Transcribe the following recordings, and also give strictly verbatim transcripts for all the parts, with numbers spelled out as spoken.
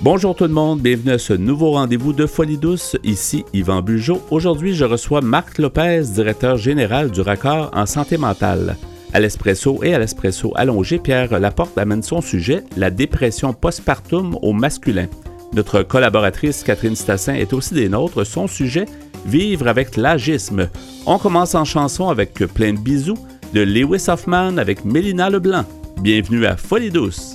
Bonjour tout le monde, bienvenue à ce nouveau rendez-vous de Folie douce. Ici Yvan Bugeaud. Aujourd'hui, je reçois Marc Lopez, directeur général du Raccord en santé mentale. À l'Espresso et à l'Espresso allongé, Pierre Laporte amène son sujet, la dépression postpartum au masculin. Notre collaboratrice Catherine Stassin est aussi des nôtres. Son sujet, vivre avec l'agisme. On commence en chanson avec Plein de bisous de Lewis Hoffman avec Mélina Leblanc. Bienvenue à Folie douce.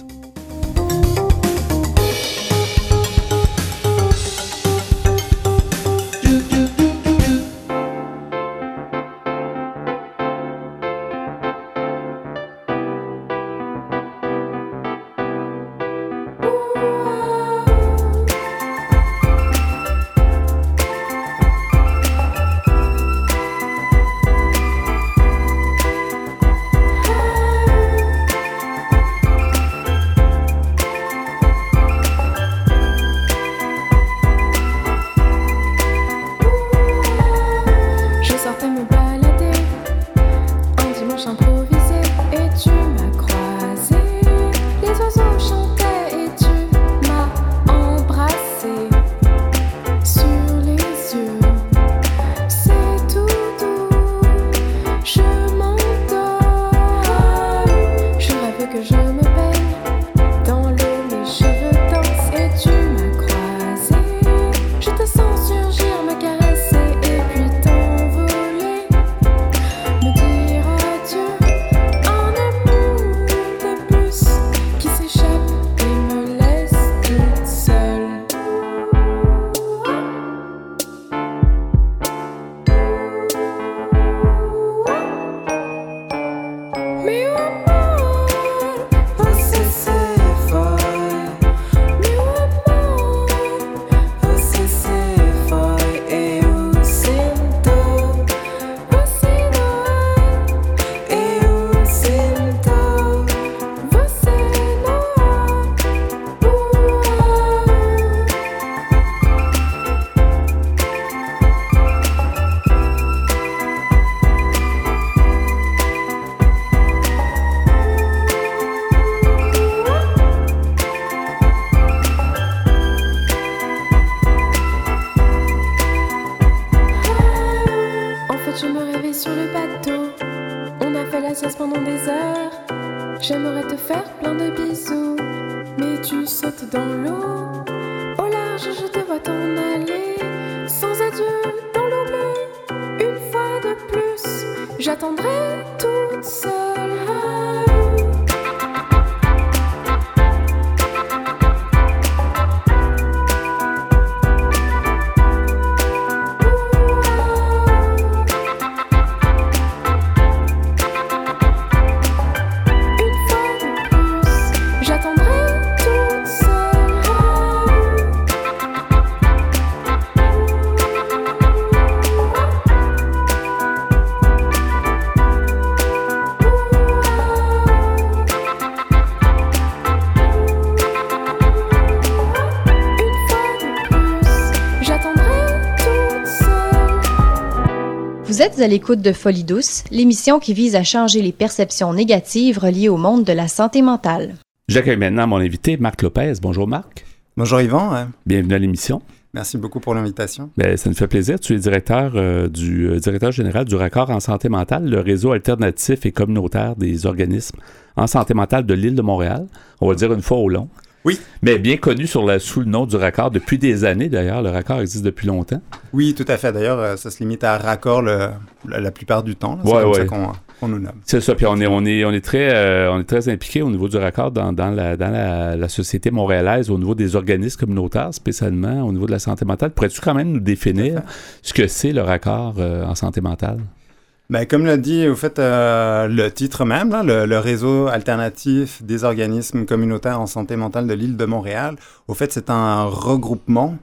Vous êtes à l'écoute de Folie douce, l'émission qui vise à changer les perceptions négatives reliées au monde de la santé mentale. J'accueille maintenant mon invité, Marc Lopez. Bonjour Marc. Bonjour Yvan. Bienvenue à l'émission. Merci beaucoup pour l'invitation. Bien, ça nous fait plaisir. Tu es directeur, euh, du, euh, directeur général du Raccord en santé mentale, le réseau alternatif et communautaire des organismes en santé mentale de l'île de Montréal. On va dire une fois au long. Oui. Mais bien connu sur la, sous le nom du Raccord depuis des années, d'ailleurs. Le Raccord existe depuis longtemps. Oui, tout à fait. D'ailleurs, ça se limite à Raccord le, la, la plupart du temps. Là. C'est ouais, comme ouais. ça qu'on, qu'on nous nomme. C'est ça. Puis on est, on est, on est très, euh, on est très impliqué au niveau du Raccord dans, dans, la, dans la, la société montréalaise, au niveau des organismes communautaires, spécialement au niveau de la santé mentale. Pourrais-tu quand même nous définir ce que c'est le Raccord euh, en santé mentale? Ben, comme l'a dit, au fait, euh, le titre même, là, le, le réseau alternatif des organismes communautaires en santé mentale de l'île de Montréal, au fait, c'est un regroupement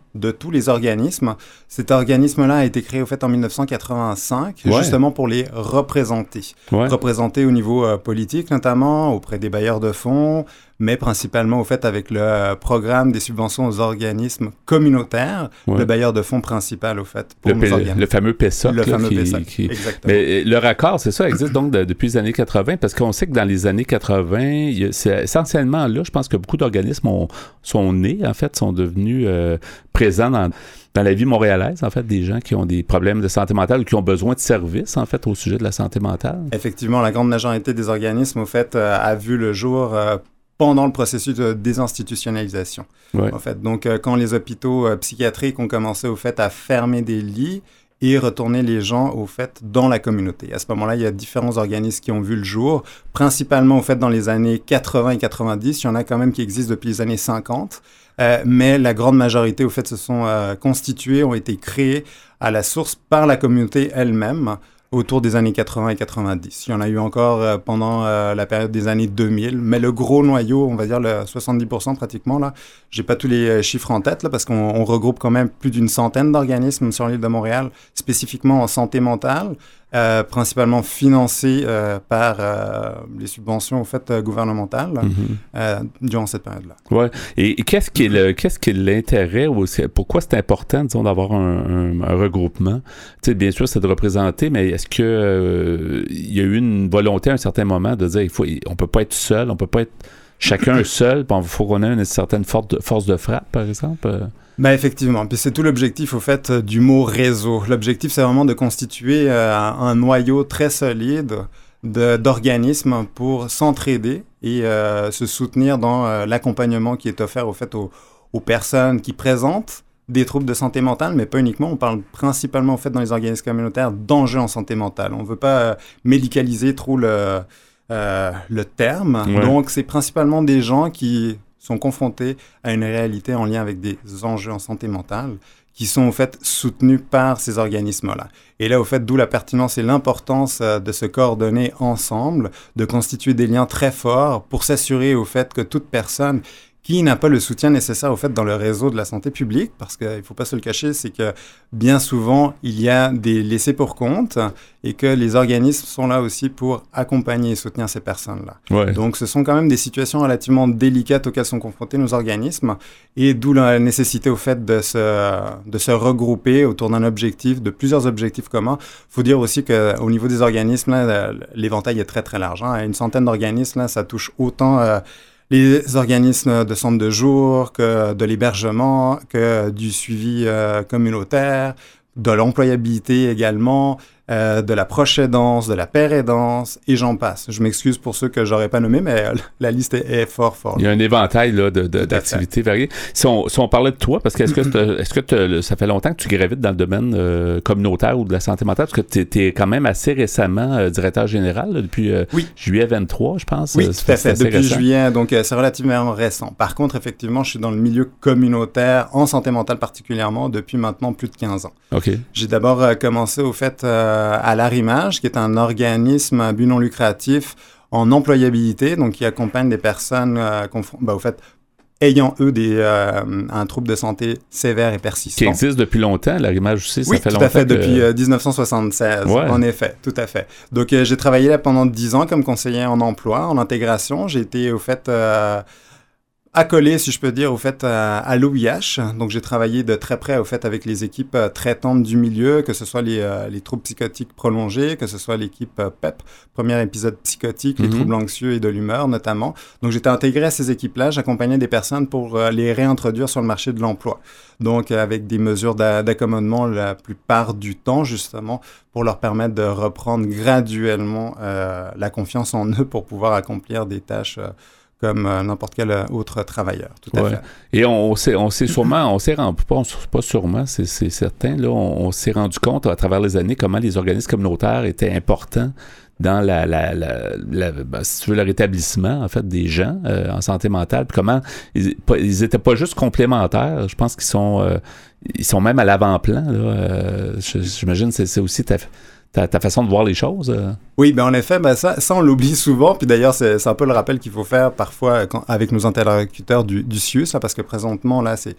de tous les organismes. Cet organisme-là a été créé au fait en dix-neuf cent quatre-vingt-cinq, ouais. justement pour les représenter. Ouais. Représenter au niveau euh, politique notamment, auprès des bailleurs de fonds, mais principalement au fait avec le euh, programme des subventions aux organismes communautaires, ouais. le bailleur de fonds principal au fait pour le, nos P- organismes. Le fameux P E S O C. Le là, fameux qui, P E S O C, qui... exactement. Mais le raccord, c'est ça, existe donc de, depuis les années quatre-vingt, parce qu'on sait que dans les années quatre-vingt, il y a, c'est essentiellement là, je pense que beaucoup d'organismes ont, sont nés, en fait, sont devenus euh, présents dans... dans la vie montréalaise, en fait, des gens qui ont des problèmes de santé mentale ou qui ont besoin de services, en fait, au sujet de la santé mentale. Effectivement, la grande majorité des organismes, au fait, euh, a vu le jour euh, pendant le processus de désinstitutionnalisation. Ouais. En fait, donc, euh, quand les hôpitaux euh, psychiatriques ont commencé, au fait, à fermer des lits et retourner les gens, au fait, dans la communauté. À ce moment-là, il y a différents organismes qui ont vu le jour, principalement, au fait, dans les années quatre-vingts et quatre-vingt-dix. Il y en a quand même qui existent depuis les années cinquante. Euh, mais la grande majorité, au fait, se sont euh, constitués, ont été créés à la source par la communauté elle-même autour des années quatre-vingts et quatre-vingt-dix. Il y en a eu encore euh, pendant euh, la période des années deux mille, mais le gros noyau, on va dire le soixante-dix pour cent pratiquement, là, j'ai pas tous les euh, chiffres en tête, là, parce qu'on on regroupe quand même plus d'une centaine d'organismes sur l'île de Montréal, spécifiquement en santé mentale, euh, principalement financés euh, par euh, les subventions, au fait, euh, gouvernementales mm-hmm. euh, durant cette période-là. Oui. Et, et qu'est-ce qui est le, qu'est-ce qui est l'intérêt, ou c'est, pourquoi c'est important, disons, d'avoir un, un, un regroupement? Tu sais, bien sûr, c'est de représenter, mais est-ce que euh, il y a eu une volonté à un certain moment de dire il faut, on peut pas être seul, on peut pas être chacun seul, il faut qu'on ait une certaine force de, force de frappe, par exemple? Ben effectivement, puis c'est tout l'objectif au fait du mot réseau. L'objectif, c'est vraiment de constituer euh, un noyau très solide de, d'organismes pour s'entraider et euh, se soutenir dans euh, l'accompagnement qui est offert au fait aux, aux personnes qui présentent des troubles de santé mentale, mais pas uniquement. On parle principalement, en fait, dans les organismes communautaires, d'enjeux en santé mentale. On ne veut pas euh, médicaliser trop le, euh, le terme. Ouais. Donc, c'est principalement des gens qui sont confrontés à une réalité en lien avec des enjeux en santé mentale qui sont, au fait, soutenus par ces organismes-là. Et là, au fait, d'où la pertinence et l'importance euh, de se coordonner ensemble, de constituer des liens très forts pour s'assurer, au fait, que toute personne qui n'a pas le soutien nécessaire, au fait, dans le réseau de la santé publique, parce qu'il ne faut pas se le cacher, c'est que bien souvent, il y a des laissés pour compte et que les organismes sont là aussi pour accompagner et soutenir ces personnes-là. Ouais. Donc, ce sont quand même des situations relativement délicates auxquelles sont confrontés nos organismes et d'où la nécessité, au fait, de se, de se regrouper autour d'un objectif, de plusieurs objectifs communs. Il faut dire aussi qu'au niveau des organismes, là, l'éventail est très, très large. Hein. Une centaine d'organismes, là, ça touche autant... Euh, les organismes de centres de jour, que de l'hébergement, que du suivi euh, communautaire, de l'employabilité également, euh, de la proche aidance, de la paire aidance, et j'en passe. Je m'excuse pour ceux que j'aurais pas nommés, mais la liste est, est fort, fort. Il y a un éventail là, de, de, d'activités variées. Si on, si on parlait de toi, parce que est-ce que, est-ce que ça fait longtemps que tu gravites dans le domaine euh, communautaire ou de la santé mentale, parce que tu es quand même assez récemment euh, directeur général, là, depuis euh, oui. juillet vingt-trois, je pense. Oui, euh, tout à fait, depuis récent. juillet, donc euh, c'est relativement récent. Par contre, effectivement, je suis dans le milieu communautaire, en santé mentale particulièrement, depuis maintenant plus de quinze ans. OK. J'ai d'abord euh, commencé, au fait, euh, à l'Arrimage, qui est un organisme à but non lucratif en employabilité, donc qui accompagne des personnes, euh, confron- ben, au fait, ayant, eux, des, euh, un trouble de santé sévère et persistant. Qui existe depuis longtemps, l'Arrimage aussi, ça oui, fait longtemps. Oui, tout à fait, que... depuis euh, dix-neuf cent soixante-seize, ouais. En effet, tout à fait. Donc, euh, j'ai travaillé là pendant dix ans comme conseiller en emploi, en intégration. J'ai été, au fait... Euh, accolé, si je peux dire, au fait, à, à l'O I H. Donc, j'ai travaillé de très près, au fait, avec les équipes euh, traitantes du milieu, que ce soit les, euh, les troubles psychotiques prolongés, que ce soit l'équipe euh, P E P, premier épisode psychotique, mm-hmm. les troubles anxieux et de l'humeur, notamment. Donc, j'étais intégré à ces équipes-là. J'accompagnais des personnes pour euh, les réintroduire sur le marché de l'emploi. Donc, euh, avec des mesures d'a- d'accommodement la plupart du temps, justement, pour leur permettre de reprendre graduellement euh, la confiance en eux pour pouvoir accomplir des tâches euh, comme euh, n'importe quel autre travailleur, tout à ouais. fait. Et on, on s'est, on s'est sûrement, on s'est rendu, pas, pas sûrement, c'est, c'est certain, là, on, on s'est rendu compte à travers les années comment les organismes communautaires étaient importants dans la, la, la, la ben, si tu veux, le rétablissement, en fait, des gens euh, en santé mentale, puis comment ils, ils étaient pas juste complémentaires, je pense qu'ils sont, euh, ils sont même à l'avant-plan, là, euh, j'imagine que c'est, c'est aussi ta... Ta, ta façon de voir les choses? Euh... Oui, bien en effet, ben ça, ça on l'oublie souvent, puis d'ailleurs c'est, c'est un peu le rappel qu'il faut faire parfois quand, avec nos interlocuteurs du, du C I U S, là, parce que présentement, là, c'est,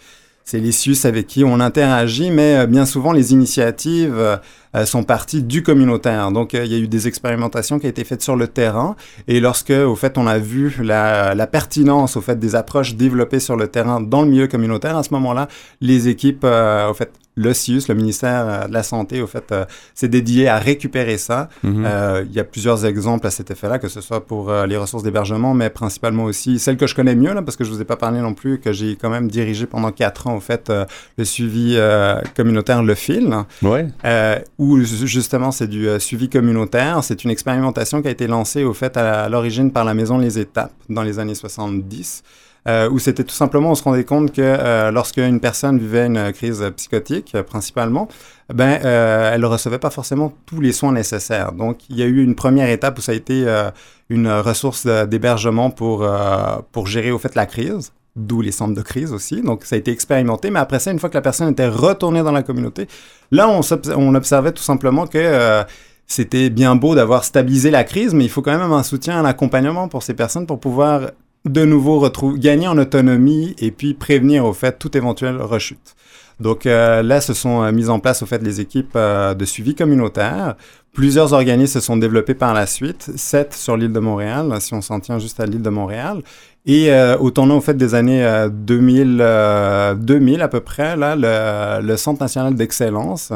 c'est les C I U S avec qui on interagit, mais euh, bien souvent, les initiatives euh, sont parties du communautaire. Donc, euh, il y a eu des expérimentations qui ont été faites sur le terrain. Et lorsque, au fait, on a vu la, la pertinence, au fait, des approches développées sur le terrain dans le milieu communautaire, à ce moment-là, les équipes, euh, au fait, le C I U S, le ministère de la Santé, au fait, euh, s'est dédié à récupérer ça. Mm-hmm. Euh, il y a plusieurs exemples à cet effet-là, que ce soit pour euh, les ressources d'hébergement, mais principalement aussi celle que je connais mieux, là, parce que je vous ai pas parlé non plus, que j'ai quand même dirigé pendant quatre ans, au fait, euh, le suivi euh, communautaire Le Fil. Ouais. Euh, où, justement, c'est du euh, suivi communautaire. C'est une expérimentation qui a été lancée, au fait, à, à l'origine par la Maison Les Étapes, dans les années soixante-dix. Euh, où c'était tout simplement, on se rendait compte que euh, lorsqu'une personne vivait une crise psychotique, euh, principalement, ben, euh, elle ne recevait pas forcément tous les soins nécessaires. Donc, il y a eu une première étape où ça a été euh, une ressource d'hébergement pour, euh, pour gérer, au fait, la crise, d'où les centres de crise aussi. Donc, ça a été expérimenté, mais après ça, une fois que la personne était retournée dans la communauté, là, on, on observait tout simplement que... Euh, c'était bien beau d'avoir stabilisé la crise, mais il faut quand même un soutien, un accompagnement pour ces personnes pour pouvoir de nouveau retrouver, gagner en autonomie et puis prévenir au fait toute éventuelle rechute. Donc euh, là, se sont euh, mises en place au fait les équipes euh, de suivi communautaire. Plusieurs organismes se sont développés par la suite, sept sur l'île de Montréal, si on s'en tient juste à l'île de Montréal. Et euh, au tournant au fait des années euh, deux mille, euh, deux mille à peu près, là, le, le Centre national d'excellence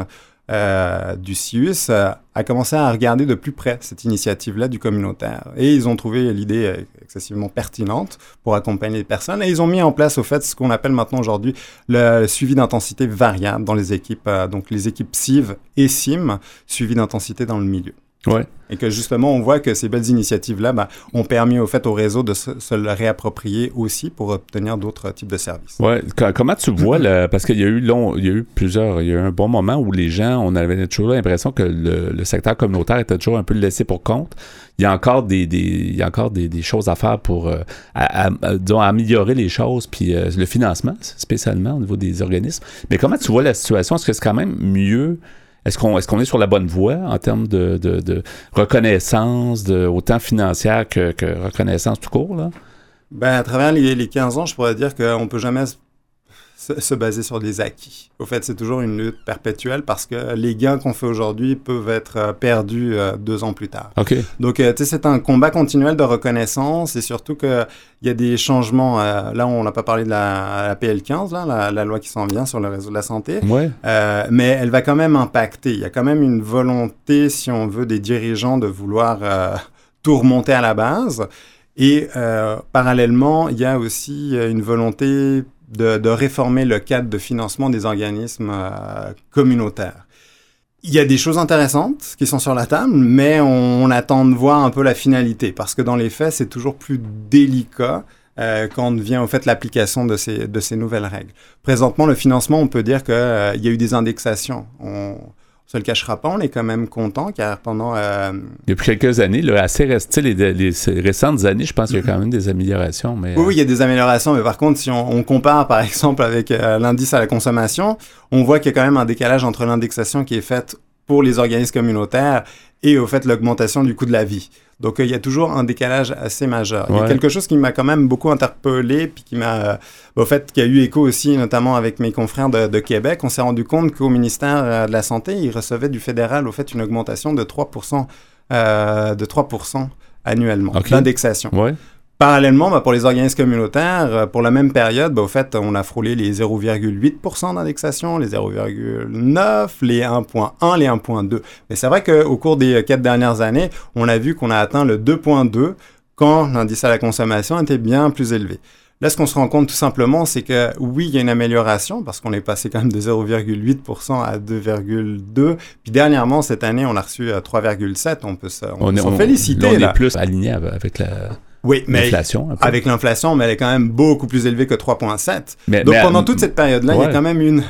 Euh, du C I U S euh, a commencé à regarder de plus près cette initiative-là du communautaire. Et ils ont trouvé l'idée euh, excessivement pertinente pour accompagner les personnes. Et ils ont mis en place, au fait, ce qu'on appelle maintenant aujourd'hui le, le suivi d'intensité variable dans les équipes, euh, donc les équipes C I V et S I M, suivi d'intensité dans le milieu. Ouais. Et que justement, on voit que ces belles initiatives-là ben, ont permis au fait au réseau de se, se le réapproprier aussi pour obtenir d'autres types de services. Ouais. Comment tu vois, le, parce qu'il y a eu long, il y a eu plusieurs, il y a eu un bon moment où les gens, on avait toujours l'impression que le, le secteur communautaire était toujours un peu laissé pour compte. Il y a encore des, des il y a encore des, des choses à faire pour euh, à, à, disons, améliorer les choses, puis euh, le financement spécialement au niveau des organismes. Mais comment tu vois la situation? Est-ce que c'est quand même mieux? Est-ce qu'on, est-ce qu'on est sur la bonne voie en termes de, de, de reconnaissance, de, autant financière que, que reconnaissance tout court, là? Ben, à travers les, les quinze ans, je pourrais dire qu'on ne peut jamais se, se baser sur des acquis. Au fait, c'est toujours une lutte perpétuelle parce que les gains qu'on fait aujourd'hui peuvent être perdus euh, deux ans plus tard. Okay. Donc, euh, tu sais, c'est un combat continuel de reconnaissance et surtout qu'il y a des changements. Euh, là, on n'a pas parlé de la, la P L quinze, là, la, la loi qui s'en vient sur le réseau de la santé. Ouais. Euh, mais elle va quand même impacter. Il y a quand même une volonté, si on veut, des dirigeants de vouloir euh, tout remonter à la base. Et euh, parallèlement, il y a aussi une volonté de, de réformer le cadre de financement des organismes euh, communautaires. Il y a des choses intéressantes qui sont sur la table, mais on, on attend de voir un peu la finalité, parce que dans les faits, c'est toujours plus délicat euh, quand vient au fait l'application de ces, de ces nouvelles règles. Présentement, le financement, on peut dire qu'il euh, y a eu des indexations. On ne se le cachera pas, on est quand même content, car pendant... Euh... Depuis quelques années, là, assez resté, les, les, les récentes années, je pense qu'il y a quand même des améliorations. Mais, oui, euh... oui, il y a des améliorations, mais par contre, si on, on compare, par exemple, avec euh, l'indice à la consommation, on voit qu'il y a quand même un décalage entre l'indexation qui est faite pour les organismes communautaires et, au fait, l'augmentation du coût de la vie. Donc, euh, il y a toujours un décalage assez majeur. Ouais. Il y a quelque chose qui m'a quand même beaucoup interpellé, puis qui m'a, euh, au fait, qui a eu écho aussi, notamment avec mes confrères de, de Québec. On s'est rendu compte qu'au ministère euh, de la Santé, ils recevaient du fédéral, au fait, une augmentation de trois pour cent, euh, de trois pour cent annuellement, okay. D'indexation. Ouais. Parallèlement, ben, pour les organismes communautaires, pour la même période, ben, au fait, on a frôlé les zéro virgule huit pour cent d'indexation, les zéro virgule neuf, les un virgule un, les un virgule deux. Mais c'est vrai qu'au cours des quatre dernières années, on a vu qu'on a atteint le deux virgule deux quand l'indice à la consommation était bien plus élevé. Là, ce qu'on se rend compte tout simplement, c'est que oui, il y a une amélioration parce qu'on est passé quand même de zéro virgule huit pour cent à deux virgule deux. Puis dernièrement, cette année, on a reçu trois virgule sept. On peut se, on on peut est, s'en on, féliciter. Là, on là. est plus aligné avec la... Oui, mais l'inflation, avec l'inflation, mais elle est quand même beaucoup plus élevée que trois virgule sept. Mais, Donc, mais, pendant toute cette période-là, ouais. il y a quand même une,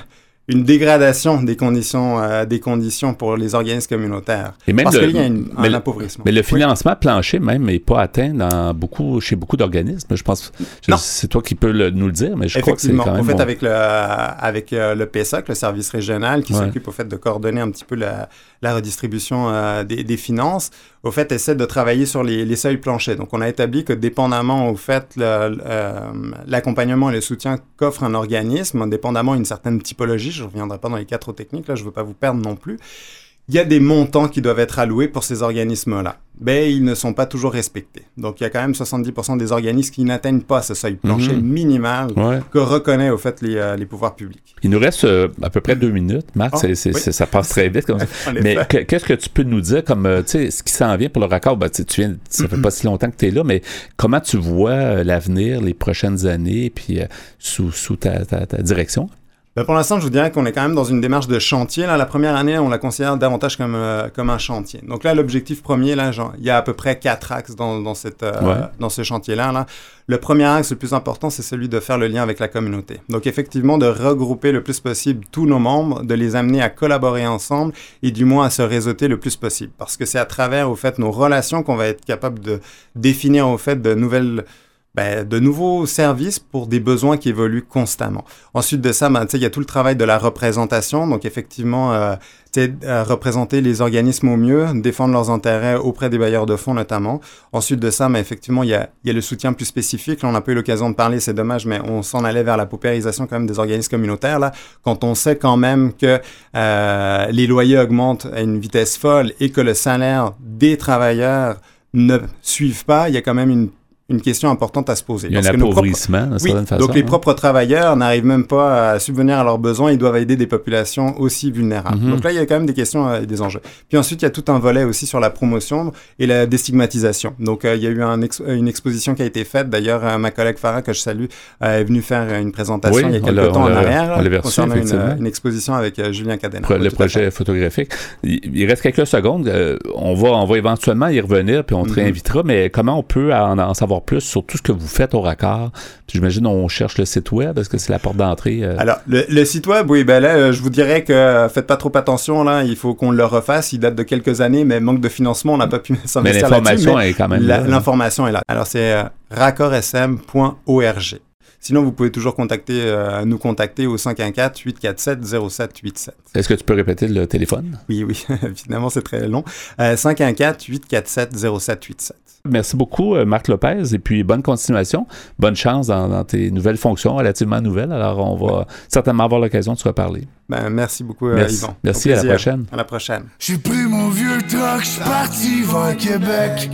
une dégradation des conditions, euh, des conditions pour les organismes communautaires. Et même parce le, qu'il y a une, un le, appauvrissement. Mais le financement oui. plancher même n'est pas atteint dans beaucoup, chez beaucoup d'organismes. Je pense je, c'est toi qui peux le, nous le dire, mais je crois que c'est quand même... Au fait, bon. avec, le, avec euh, le P E S A C, le service régional, qui ouais. s'occupe au fait de coordonner un petit peu la, la redistribution euh, des, des finances, au fait, essaie de travailler sur les, les seuils planchers. Donc, on a établi que dépendamment, au fait, le, euh, l'accompagnement et le soutien qu'offre un organisme, dépendamment d'une certaine typologie, je ne reviendrai pas dans les cas trop techniques, là, je ne veux pas vous perdre non plus, il y a des montants qui doivent être alloués pour ces organismes-là. Ben, ils ne sont pas toujours respectés. Donc, il y a quand même soixante-dix pour cent des organismes qui n'atteignent pas ce seuil plancher mmh. minimal ouais. que reconnaît, au fait, les, euh, les pouvoirs publics. Il nous reste euh, à peu près deux minutes, Marc. Oh, c'est, c'est, oui. c'est, ça passe très vite comme ça. Mais que, qu'est-ce que tu peux nous dire comme, euh, tu sais, ce qui s'en vient pour le raccord? Ben, tu viens, ça fait pas si longtemps que tu es là, mais comment tu vois euh, l'avenir, les prochaines années, puis euh, sous, sous ta, ta, ta direction? Ben pour l'instant, je vous dirais qu'on est quand même dans une démarche de chantier. Là, la première année, on la considère davantage comme, euh, comme un chantier. Donc là, l'objectif premier, là, genre, il y a à peu près quatre axes dans, dans, cette, euh, ouais. dans ce chantier-là. Là. Le premier axe, le plus important, c'est celui de faire le lien avec la communauté. Donc effectivement, de regrouper le plus possible tous nos membres, de les amener à collaborer ensemble et du moins à se réseauter le plus possible. Parce que c'est à travers, au fait, nos relations qu'on va être capable de définir, au fait, de nouvelles... Ben, de nouveaux services pour des besoins qui évoluent constamment. Ensuite de ça, ben, il y a tout le travail de la représentation. Donc, effectivement, euh, euh, représenter les organismes au mieux, défendre leurs intérêts auprès des bailleurs de fonds notamment. Ensuite de ça, ben, effectivement, il y a, y a le soutien plus spécifique. Là, on n'a pas eu l'occasion de parler, c'est dommage, mais on s'en allait vers la paupérisation quand même des organismes communautaires. Là, quand on sait quand même que euh, les loyers augmentent à une vitesse folle et que le salaire des travailleurs ne suivent pas, il y a quand même une une question importante à se poser. Il y a un appauvrissement, d'une certaine façon. Donc, les hein. propres travailleurs n'arrivent même pas à subvenir à leurs besoins. Ils doivent aider des populations aussi vulnérables. Mm-hmm. Donc là, il y a quand même des questions et des enjeux. Puis ensuite, il y a tout un volet aussi sur la promotion et la déstigmatisation. Donc, euh, il y a eu un ex- une exposition qui a été faite. D'ailleurs, euh, ma collègue Farah, que je salue, euh, est venue faire une présentation oui, il y a quelques temps en arrière. On l'avait reçu, concernant une, une exposition avec euh, Julien Cadena. Pro- le projet photographique. Il, il reste quelques secondes. Euh, on, va, on va éventuellement y revenir, puis on te mm-hmm. réinvitera. Mais comment on peut en, en savoir plus sur tout ce que vous faites au raccord? Puis j'imagine on cherche le site web, est-ce que c'est la porte d'entrée? Euh... Alors, le, le site web, oui, ben là, euh, je vous dirais que euh, faites pas trop attention, là, il faut qu'on le refasse, il date de quelques années, mais manque de financement, on n'a pas pu s'investir là-dessus. Mais l'information est quand même la, là. L'information est là. Alors, c'est euh, raccord s m point org. Sinon, vous pouvez toujours contacter, euh, nous contacter au cinq un quatre, huit quatre sept, zéro sept huit sept. Est-ce que tu peux répéter le téléphone? Oui, oui, évidemment, c'est très long. Euh, cinq un quatre, huit quatre sept, zéro sept huit sept. Merci beaucoup, Marc Lopez, et puis bonne continuation. Bonne chance dans, dans tes nouvelles fonctions, relativement nouvelles. Alors, on va ouais. certainement avoir l'occasion de se reparler. Ben, merci beaucoup, merci. Yvan. Merci, à la prochaine. À la prochaine. J'ai pris mon vieux truck, j'suis parti vers Québec.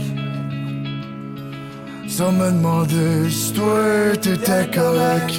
Sans me demander si toi t'étais correct.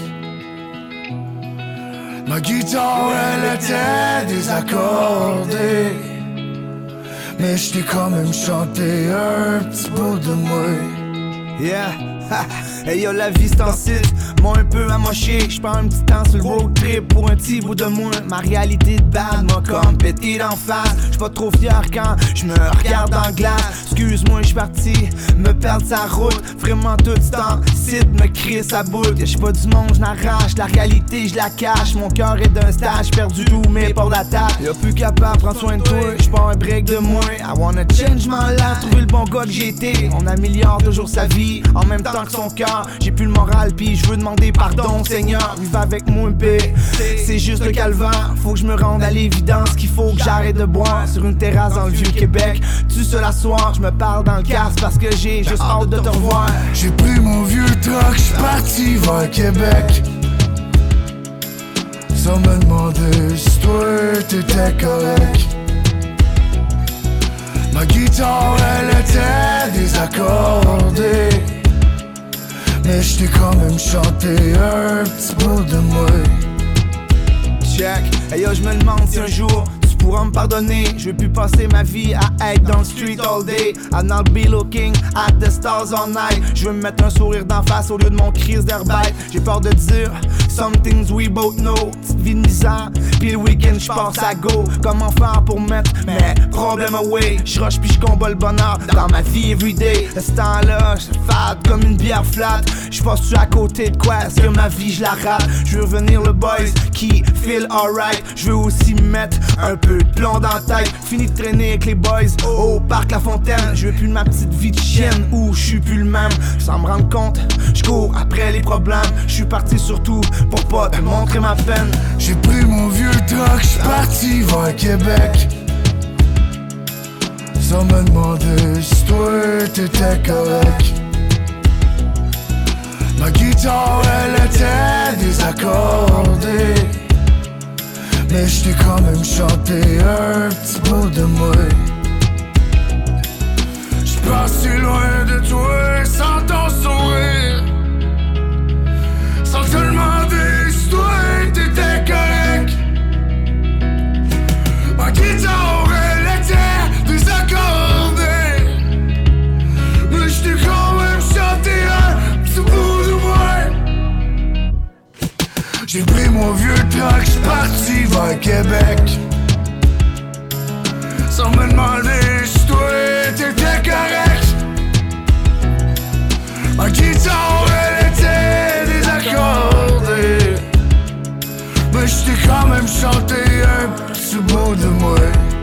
Ma guitare, elle était désaccordée, mais j't'ai quand même chanté un petit bout de moi. Yeah, hey yo, la vie c'est en site, moi un peu amoché. J'prends un petit temps sur le road trip pour un petit bout de moi. Ma réalité de bad m'a comme pété d'en face. J'suis pas trop fier quand j'me regarde en glace. Excuse-moi, j'suis parti me perdre sa route. Vraiment tout ce temps, site me crie sa boule. J'suis pas du monde, j'n'arrache, la réalité j'la cache. Mon cœur est d'un stage, perdu tous mes ports d'attaque. Y'a plus capable, prends soin de toi, j'prends un break de moi. I wanna change my life, trouver le bon gars que j'ai été. On améliore toujours sa vie en même temps que son cœur. J'ai plus le moral pis je veux demander pardon Seigneur. Vive avec moi B, c'est juste le calvaire. Faut que je me rende à l'évidence qu'il faut que j'arrête de boire sur une terrasse dans le vieux Québec. Tu seul à soir, je me parle dans le casque parce que j'ai juste hâte de te revoir. J'ai pris mon vieux truck, j'suis parti vers Québec. Sans me demander si toi t'étais correct. Ma guitare, elle était désaccordée, mais j't'ai quand même chanté un petit bout de moi. Check, hey yo, j'me demande si un jour tu pourras me pardonner. Je veux plus passer ma vie à être dans le street all day. And I'll be looking at the stars all night. Je veux me mettre un sourire d'en face au lieu de mon crise d'airbag. J'ai peur de dire some things we both know. Petite vie de misère, puis le week-end j'pense à go. Comment faire pour mettre mes problèmes away? J'rush puis j'combat le bonheur dans ma vie everyday. De ce temps-là, j'suis fade comme une bière flat. J'passe-tu à côté de quoi? Est-ce que ma vie j'la rate? J'veux revenir le boys qui feel alright. J'veux aussi mettre un peu de plomb dans la tête. Fini de traîner avec les boys au parc La Fontaine. Je veux plus de ma petite vie de chienne où je suis plus le même. Sans me rendre compte, je cours après les problèmes. Je suis parti surtout pour pas te montrer ma peine. J'ai pris mon vieux truck, j'suis parti vers Québec. Sans me demander si toi t'étais correct. Ma guitare elle était désaccordée, mais j't'ai quand même chanté un petit bout de moi. J'passe si loin de toi sans ton sourire, sans te demander si toi t'étais correct. Ma guitare elle était désaccordée, mais j't'ai quand même chanté un petit bout de moi. J'ai pris mon vieux truck, j'suis parti vers Québec, sans me demander si toi t'étais correct. Ma guitare elle était désaccordée, mais j't'ai quand même chanté un petit bout de moi.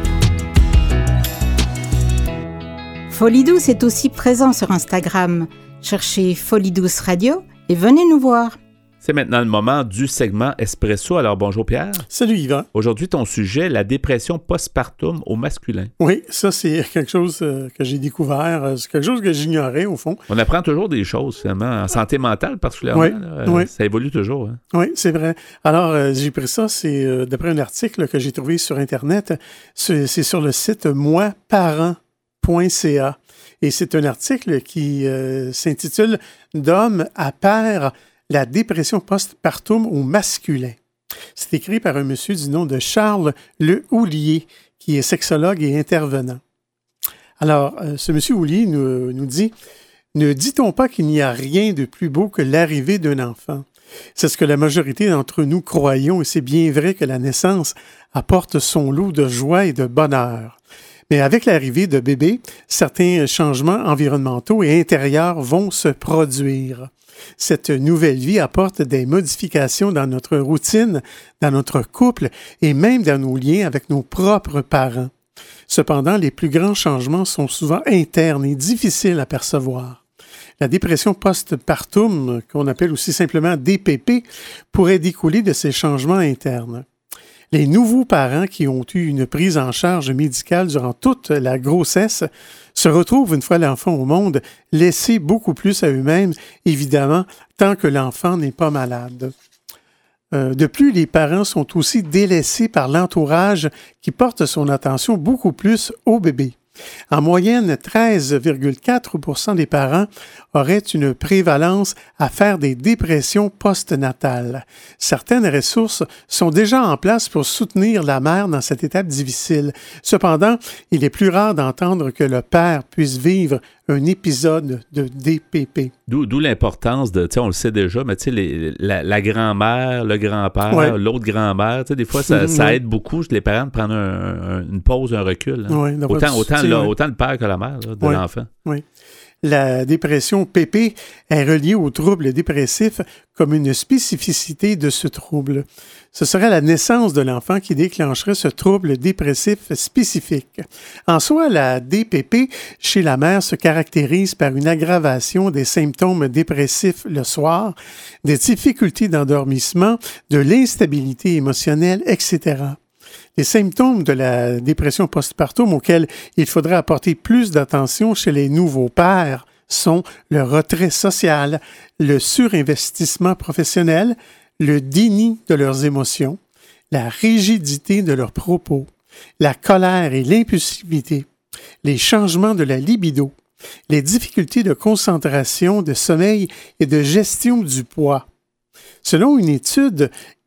Folie Douce est aussi présent sur Instagram. Cherchez Folie Douce Radio et venez nous voir. C'est maintenant le moment du segment Espresso. Alors, bonjour Pierre. Salut Yvan. Aujourd'hui, ton sujet, la dépression postpartum au masculin. Oui, ça, c'est quelque chose euh, que j'ai découvert. C'est quelque chose que j'ignorais, au fond. On apprend toujours des choses, finalement, en santé mentale particulièrement. Oui, là, oui. Ça évolue toujours. Hein. Oui, c'est vrai. Alors, euh, j'ai pris ça, c'est euh, d'après un article que j'ai trouvé sur Internet. C'est, c'est sur le site moi parent point c a. Et c'est un article qui euh, s'intitule « D'homme à père, la dépression postpartum au masculin ». C'est écrit par un monsieur du nom de Charles Le Houlier, qui est sexologue et intervenant. Alors, euh, ce monsieur Houlier nous, nous dit « Ne dit-on pas qu'il n'y a rien de plus beau que l'arrivée d'un enfant? C'est ce que la majorité d'entre nous croyons, et c'est bien vrai que la naissance apporte son lot de joie et de bonheur. Mais avec l'arrivée de bébés, certains changements environnementaux et intérieurs vont se produire. Cette nouvelle vie apporte des modifications dans notre routine, dans notre couple et même dans nos liens avec nos propres parents. Cependant, les plus grands changements sont souvent internes et difficiles à percevoir. La dépression postpartum, qu'on appelle aussi simplement D P P, pourrait découler de ces changements internes. Les nouveaux parents qui ont eu une prise en charge médicale durant toute la grossesse se retrouvent, une fois l'enfant au monde, laissés beaucoup plus à eux-mêmes, évidemment, tant que l'enfant n'est pas malade. Euh, de plus, les parents sont aussi délaissés par l'entourage qui porte son attention beaucoup plus au bébé. En moyenne, treize virgule quatre pour cent des parents auraient une prévalence à faire des dépressions postnatales. Certaines ressources sont déjà en place pour soutenir la mère dans cette étape difficile. Cependant, il est plus rare d'entendre que le père puisse vivre un épisode de D P P. D'où, d'où l'importance de, tu sais, on le sait déjà, mais tu sais, les, la, la grand-mère, le grand-père, ouais. l'autre grand-mère, tu sais, des fois, ça, ça ouais. aide beaucoup les parents de prendre un, un, une pause, un recul. Hein. Ouais, autant, autant, là, ouais. autant le père que la mère là, de ouais. l'enfant. Oui. La dépression P P est reliée au trouble dépressif comme une spécificité de ce trouble. Ce serait la naissance de l'enfant qui déclencherait ce trouble dépressif spécifique. En soi, la D P P chez la mère se caractérise par une aggravation des symptômes dépressifs le soir, des difficultés d'endormissement, de l'instabilité émotionnelle, et cetera. Les symptômes de la dépression postpartum auxquels il faudrait apporter plus d'attention chez les nouveaux pères sont le retrait social, le surinvestissement professionnel, le déni de leurs émotions, la rigidité de leurs propos, la colère et l'impulsivité, les changements de la libido, les difficultés de concentration, de sommeil et de gestion du poids. Selon une étude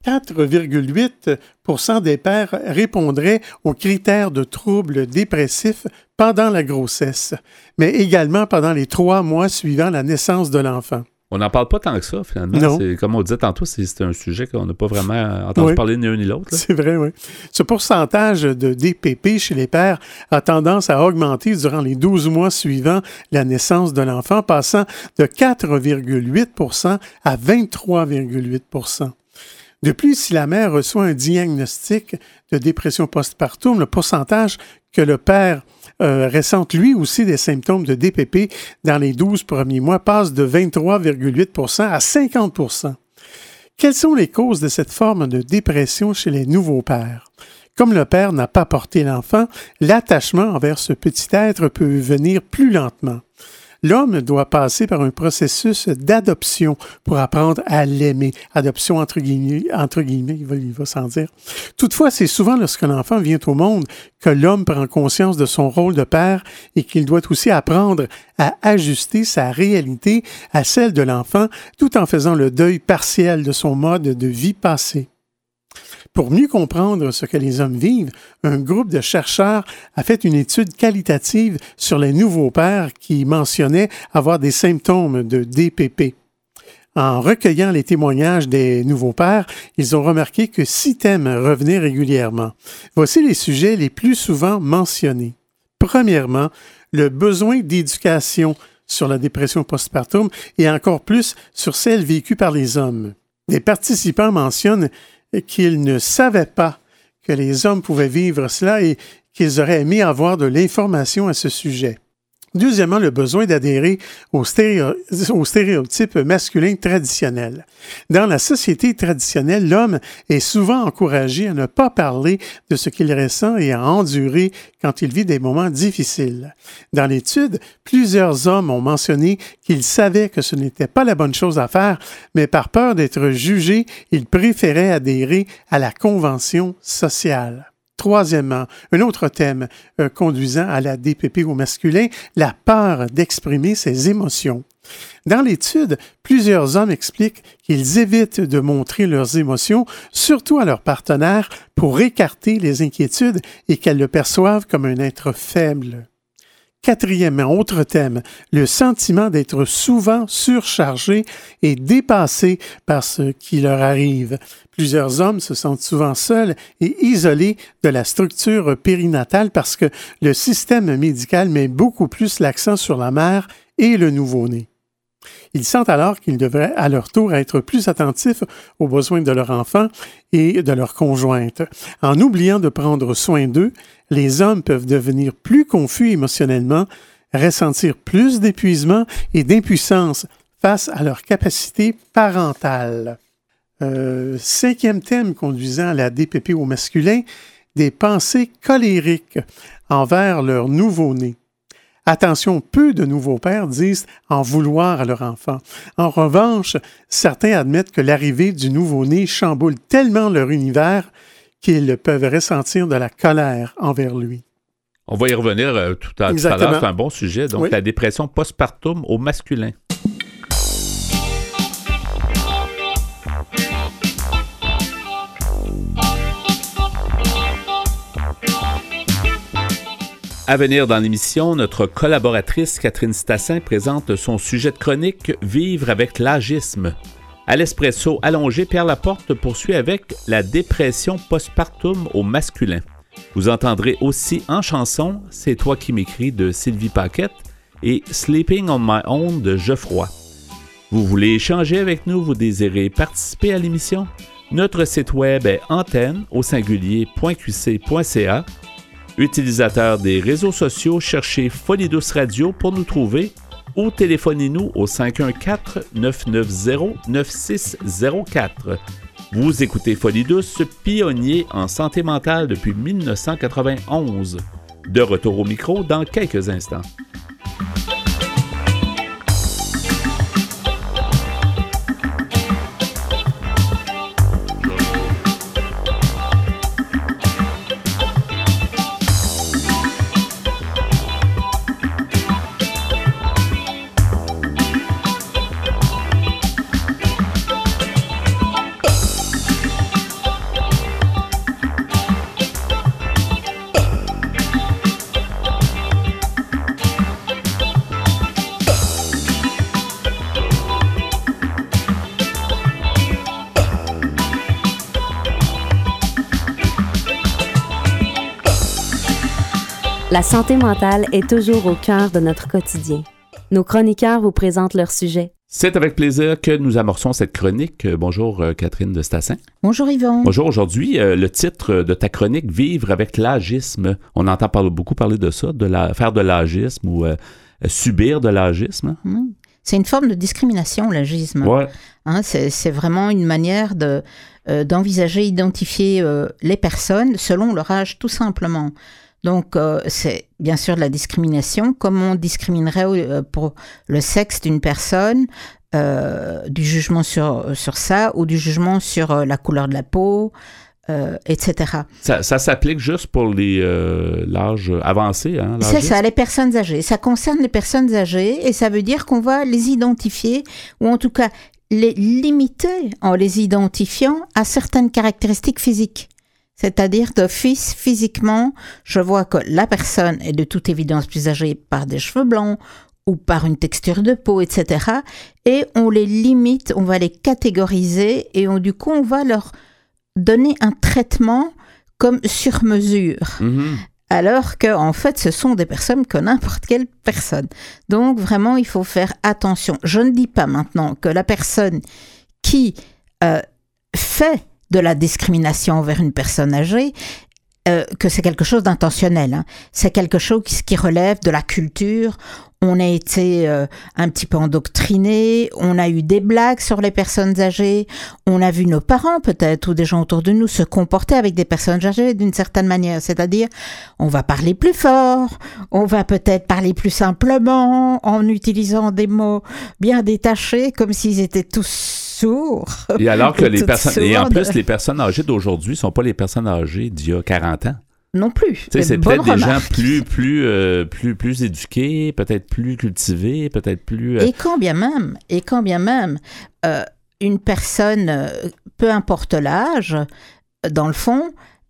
quatre virgule huit pour cent des pères répondraient aux critères de troubles dépressifs pendant la grossesse, mais également pendant les trois mois suivant la naissance de l'enfant. On n'en parle pas tant que ça, finalement. Non. C'est, comme on disait tantôt, c'est, c'est un sujet qu'on n'a pas vraiment entendu oui. parler ni l'un ni l'autre. Là. C'est vrai, oui. Ce pourcentage de D P P chez les pères a tendance à augmenter durant les douze mois suivant la naissance de l'enfant, passant de quatre virgule huit pour cent à vingt-trois virgule huit pour cent. De plus, si la mère reçoit un diagnostic de dépression postpartum, le pourcentage que le père euh, ressente lui aussi des symptômes de D P P dans les douze premiers mois passe de vingt-trois virgule huit pour cent à cinquante pour cent. Quelles sont les causes de cette forme de dépression chez les nouveaux pères? Comme le père n'a pas porté l'enfant, l'attachement envers ce petit être peut venir plus lentement. L'homme doit passer par un processus d'adoption pour apprendre à l'aimer. Adoption entre guillemets, entre guillemets il va, il va s'en dire. Toutefois, c'est souvent lorsque l'enfant vient au monde que l'homme prend conscience de son rôle de père et qu'il doit aussi apprendre à ajuster sa réalité à celle de l'enfant tout en faisant le deuil partiel de son mode de vie passé. Pour mieux comprendre ce que les hommes vivent, un groupe de chercheurs a fait une étude qualitative sur les nouveaux pères qui mentionnaient avoir des symptômes de D P P. En recueillant les témoignages des nouveaux pères, ils ont remarqué que six thèmes revenaient régulièrement. Voici les sujets les plus souvent mentionnés. Premièrement, le besoin d'éducation sur la dépression postpartum et encore plus sur celle vécue par les hommes. Les participants mentionnent qu'ils ne savaient pas que les hommes pouvaient vivre cela et qu'ils auraient aimé avoir de l'information à ce sujet. Deuxièmement, le besoin d'adhérer aux, stéréo- aux stéréotypes masculins traditionnels. Dans la société traditionnelle, l'homme est souvent encouragé à ne pas parler de ce qu'il ressent et à endurer quand il vit des moments difficiles. Dans l'étude, plusieurs hommes ont mentionné qu'ils savaient que ce n'était pas la bonne chose à faire, mais par peur d'être jugés, ils préféraient adhérer à la convention sociale. Troisièmement, un autre thème euh, conduisant à la D P P au masculin, la peur d'exprimer ses émotions. Dans l'étude, plusieurs hommes expliquent qu'ils évitent de montrer leurs émotions, surtout à leur partenaire, pour écarter les inquiétudes et qu'elles le perçoivent comme un être faible. Quatrièmement, autre thème, le sentiment d'être souvent surchargé et dépassé par ce qui leur arrive. Plusieurs hommes se sentent souvent seuls et isolés de la structure périnatale parce que le système médical met beaucoup plus l'accent sur la mère et le nouveau-né. Ils sentent alors qu'ils devraient à leur tour être plus attentifs aux besoins de leur enfant et de leur conjointe. En oubliant de prendre soin d'eux, les hommes peuvent devenir plus confus émotionnellement, ressentir plus d'épuisement et d'impuissance face à leur capacité parentale. Euh, cinquième thème conduisant à la D P P au masculin, des pensées colériques envers leur nouveau-né. Attention, peu de nouveaux pères disent en vouloir à leur enfant. En revanche, certains admettent que l'arrivée du nouveau-né chamboule tellement leur univers qu'ils peuvent ressentir de la colère envers lui. On va y revenir euh, tout, à, tout à l'heure, c'est un bon sujet. Donc, oui. La dépression postpartum au masculin. À venir dans l'émission, notre collaboratrice Catherine Stassin présente son sujet de chronique « Vivre avec l'agisme ». À l'Espresso allongé, Pierre Laporte poursuit avec la dépression postpartum au masculin. Vous entendrez aussi en chanson « C'est toi qui m'écris » de Sylvie Paquette et « Sleeping on my own » de Geoffroy. Vous voulez échanger avec nous, vous désirez participer à l'émission? Notre site web est antenne au singulier point q c point c a. Utilisateurs des réseaux sociaux, cherchez Folie Douce Radio pour nous trouver ou téléphonez-nous au cinq un quatre, neuf neuf zéro, neuf six zéro quatre. Vous écoutez Folie Douce, pionnier en santé mentale depuis dix-neuf cent quatre-vingt-onze. De retour au micro dans quelques instants. La santé mentale est toujours au cœur de notre quotidien. Nos chroniqueurs vous présentent leur sujet. C'est avec plaisir que nous amorçons cette chronique. Bonjour euh, Catherine de Stassin. Bonjour Yvon. Bonjour. Aujourd'hui, euh, le titre de ta chronique, Vivre avec l'agisme. On entend parler, beaucoup parler de ça, de la, faire de l'agisme ou euh, subir de l'agisme. Mmh. C'est une forme de discrimination, l'agisme. Ouais. Hein, c'est, c'est vraiment une manière de, euh, d'envisager, identifier euh, les personnes selon leur âge, tout simplement. Donc, euh, c'est bien sûr de la discrimination, comme on discriminerait euh, pour le sexe d'une personne, euh, du jugement sur, sur ça, ou du jugement sur euh, la couleur de la peau, euh, et cetera. Ça, ça s'applique juste pour les, euh, l'âge avancé, hein? C'est ça, les personnes âgées. Ça concerne les personnes âgées, et ça veut dire qu'on va les identifier, ou en tout cas les limiter en les identifiant à certaines caractéristiques physiques. C'est-à-dire d'office, physiquement, je vois que la personne est de toute évidence plus âgée par des cheveux blancs ou par une texture de peau, et cetera. Et on les limite, on va les catégoriser et on, du coup, on va leur donner un traitement comme sur mesure. Mmh. Alors qu'en fait, ce sont des personnes que n'importe quelle personne. Donc, vraiment, il faut faire attention. Je ne dis pas maintenant que la personne qui euh, fait de la discrimination envers une personne âgée, euh, que c'est quelque chose d'intentionnel. Hein. C'est quelque chose qui, qui relève de la culture. On a été euh, un petit peu endoctrinés, on a eu des blagues sur les personnes âgées, on a vu nos parents peut-être ou des gens autour de nous se comporter avec des personnes âgées d'une certaine manière. C'est-à-dire, on va parler plus fort, on va peut-être parler plus simplement en utilisant des mots bien détachés comme s'ils étaient tous sourds. Et alors que les personnes, et en plus, les personnes âgées d'aujourd'hui ne sont pas les personnes âgées d'il y a quarante ans. Non plus. C'est, c'est peut-être remarque. Des gens plus, plus, euh, plus, plus éduqués, peut-être plus cultivés, peut-être plus... Euh... Et quand bien même, et quand bien même, euh, une personne, euh, peu importe l'âge, dans le fond,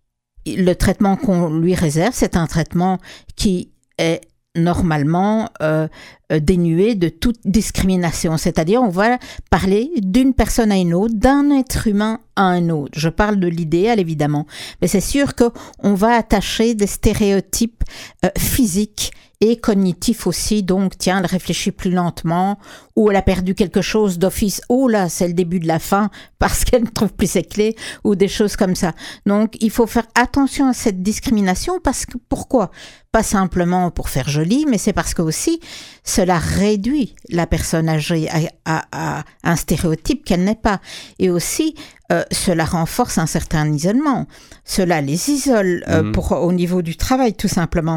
le traitement qu'on lui réserve, c'est un traitement qui est normalement euh, dénué de toute discrimination. C'est-à-dire, on va parler d'une personne à une autre, d'un être humain à un autre. Je parle de l'idéal, évidemment. Mais c'est sûr qu'on va attacher des stéréotypes euh, physiques et cognitifs aussi. Donc, tiens, elle réfléchit plus lentement ou elle a perdu quelque chose d'office. Oh là, c'est le début de la fin parce qu'elle ne trouve plus ses clés ou des choses comme ça. Donc, il faut faire attention à cette discrimination parce que, pourquoi ? Pas simplement pour faire joli, mais c'est parce que aussi, cela réduit la personne âgée à, à, à un stéréotype qu'elle n'est pas. Et aussi, euh, cela renforce un certain isolement. Cela les isole euh, mmh. pour, au niveau du travail, tout simplement.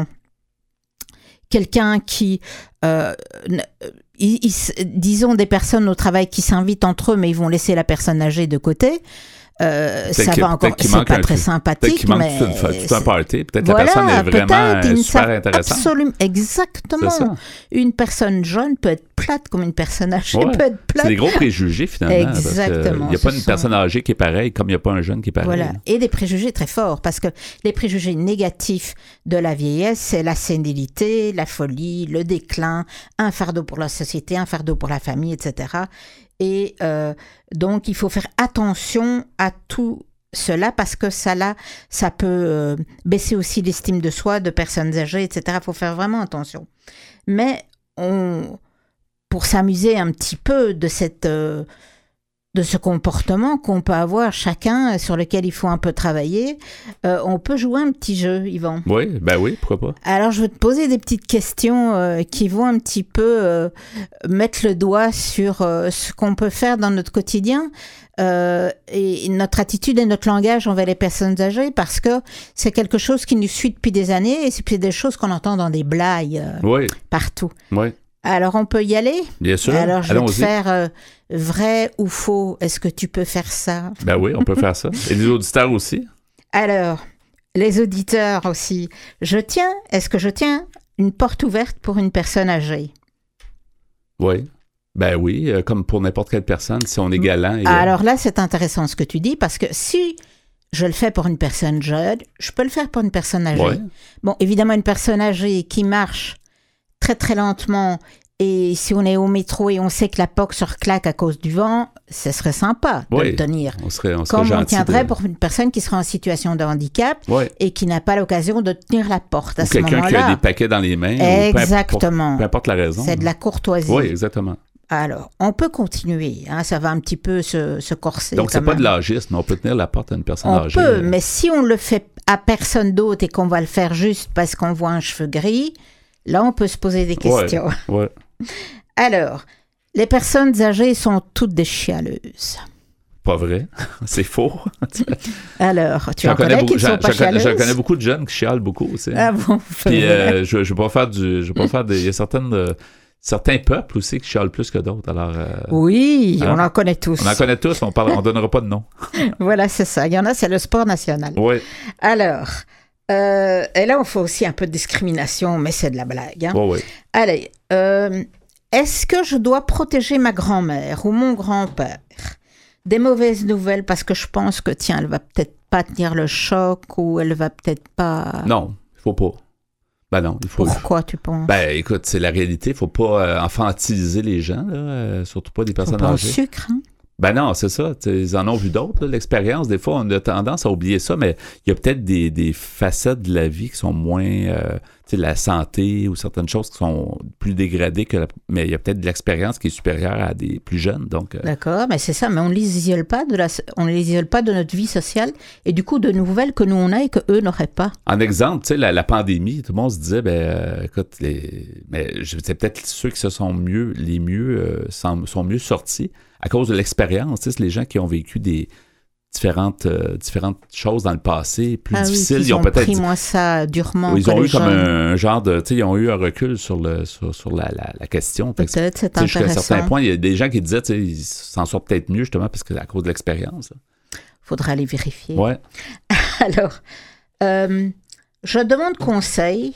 Quelqu'un qui, euh, ils, ils, disons des personnes au travail qui s'invitent entre eux, mais ils vont laisser la personne âgée de côté. Euh, ça va encore, c'est pas très sympathique, peut-être mais tout, une, tout un party. Peut-être voilà, la personne est vraiment super intéressante. Absolument, exactement. Une personne jeune peut être plate comme une personne âgée ouais. peut être plate. C'est des gros préjugés finalement. Exactement. Il n'y a pas une sont... personne âgée qui est pareille comme il n'y a pas un jeune qui est pareil. Voilà, et des préjugés très forts parce que les préjugés négatifs de la vieillesse, c'est la sénilité, la folie, le déclin, un fardeau pour la société, un fardeau pour la famille, et cetera. Et euh, donc, il faut faire attention à tout cela parce que ça, là, ça peut euh, baisser aussi l'estime de soi de personnes âgées, et cetera. Il faut faire vraiment attention. Mais on, pour s'amuser un petit peu de, cette, euh, de ce comportement qu'on peut avoir chacun, sur lequel il faut un peu travailler, euh, on peut jouer un petit jeu, Yvan. Oui, ben oui, pourquoi pas. Alors, je vais te poser des petites questions euh, qui vont un petit peu euh, mettre le doigt sur euh, ce qu'on peut faire dans notre quotidien euh, et notre attitude et notre langage envers les personnes âgées parce que c'est quelque chose qui nous suit depuis des années et c'est des choses qu'on entend dans des blagues euh, oui. partout. Oui. Alors, on peut y aller? Bien sûr. Alors, je vais Allons-y. te faire euh, vrai ou faux. Est-ce que tu peux faire ça? Ben oui, on peut faire ça. Et les auditeurs aussi? Alors, les auditeurs aussi. Je tiens, est-ce que je tiens une porte ouverte pour une personne âgée? Oui. Ben oui, euh, comme pour n'importe quelle personne, si on est galant. Et, Alors là, c'est intéressant ce que tu dis parce que si je le fais pour une personne jeune, je peux le faire pour une personne âgée. Ouais. Bon, évidemment, une personne âgée qui marche très, très lentement Et si on est au métro et on sait que la porte se reclaque à cause du vent, ce serait sympa de oui, le tenir. On serait, on serait Comme on gentil tiendrait de... pour une personne qui serait en situation de handicap oui. et qui n'a pas l'occasion de tenir la porte à ou ce quelqu'un moment-là. qui a des paquets dans les mains. Exactement. Ou peu, importe, peu importe la raison. C'est de la courtoisie. Oui, exactement. Alors, on peut continuer. Hein, ça va un petit peu se, se corser. Donc, c'est quand pas même. de l'âgisme, mais on peut tenir la porte à une personne On âgée. peut, mais si on le fait à personne d'autre et qu'on va le faire juste parce qu'on voit un cheveu gris, là, on peut se poser des questions. Ouais, ouais. Alors, les personnes âgées sont toutes des chialeuses. Pas vrai, c'est faux. Alors, tu j'en en connais, connais qui ne sont pas j'en, chialeuses? J'en connais beaucoup de jeunes qui chialent beaucoup aussi. Ah bon? Puis euh, je, je vais pas faire du, je vais pas faire des, il y a certaines, euh, certains peuples aussi qui chialent plus que d'autres. Alors. Euh, oui, hein? On en connaît tous. On en connaît tous. On parle, on donnera pas de nom. Voilà, c'est ça. Il y en a, c'est le sport national. Oui. Alors. Euh, et là, on fait aussi un peu de discrimination, mais c'est de la blague. Hein? Oui, oui. Allez, euh, est-ce que je dois protéger ma grand-mère ou mon grand-père des mauvaises nouvelles parce que je pense que, tiens, elle va peut-être pas tenir le choc ou elle va peut-être pas... Non, il faut pas. Ben non, il faut... Pourquoi tu penses? Ben écoute, c'est la réalité. Il faut pas euh, infantiliser les gens, là, euh, surtout pas des personnes faut pas âgées. au sucre, hein? Ben non, c'est ça. Ils en ont vu d'autres, là, l'expérience. Des fois, on a tendance à oublier ça, mais il y a peut-être des, des facettes de la vie qui sont moins... Euh, tu sais, la santé ou certaines choses qui sont plus dégradées que... La, mais il y a peut-être de l'expérience qui est supérieure à des plus jeunes, donc... Euh... D'accord, mais c'est ça. Mais on ne les isole pas de la, on ne les isole pas de notre vie sociale et du coup, de nouvelles que nous, on a et qu'eux n'auraient pas. En exemple, tu sais, la, la pandémie, tout le monde se disait, ben, euh, écoute, les... mais c'est peut-être ceux qui se sont mieux, les mieux, euh, sont, sont mieux sortis à cause de l'expérience. Tu sais, c'est les gens qui ont vécu des différentes, euh, différentes choses dans le passé, plus ah difficiles. Oui, ils, ils ont, ont peut-être pris moins ça durement. Ils ont eu jeunes. comme un, un genre de, tu sais, ils ont eu un recul sur le, sur, sur la, la, la question. Peut-être, c'est intéressant. Jusqu'à un certain point, il y a des gens qui disaient, tu sais, ils s'en sortent peut-être mieux justement parce que à cause de l'expérience. Faudra aller vérifier. Ouais. Alors, euh, je demande conseil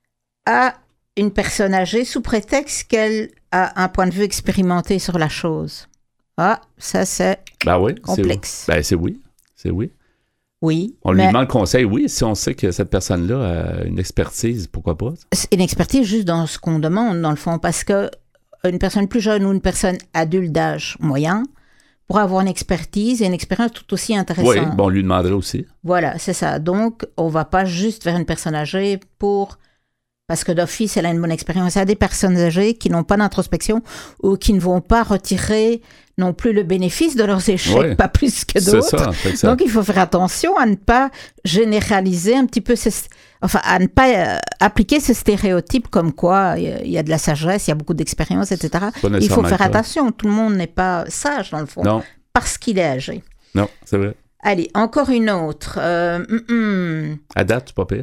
à une personne âgée sous prétexte qu'elle a un point de vue expérimenté sur la chose. Ah, ça c'est ben oui, complexe. C'est, ben c'est oui, c'est oui. Oui. On mais lui demande conseil, oui, si on sait que cette personne-là a une expertise, pourquoi pas? C'est une expertise juste dans ce qu'on demande, dans le fond, parce que une personne plus jeune ou une personne adulte d'âge moyen pourra avoir une expertise et une expérience tout aussi intéressante. Oui, bon, on lui demanderait aussi. Voilà, c'est ça. Donc, on ne va pas juste vers une personne âgée pour... Parce que d'office, elle a une bonne expérience. Il y a des personnes âgées qui n'ont pas d'introspection ou qui ne vont pas retirer non plus le bénéfice de leurs échecs, oui, pas plus que d'autres. C'est ça, c'est ça. Donc, il faut faire attention à ne pas généraliser un petit peu, ce, enfin, à ne pas euh, appliquer ce stéréotype comme quoi il y, y a de la sagesse, il y a beaucoup d'expérience, et cetera. Il faut faire attention. Tout le monde n'est pas sage, dans le fond, non. Parce qu'il est âgé. Non, c'est vrai. Allez, encore une autre. Euh, mm, mm. À date, c'est pas pire.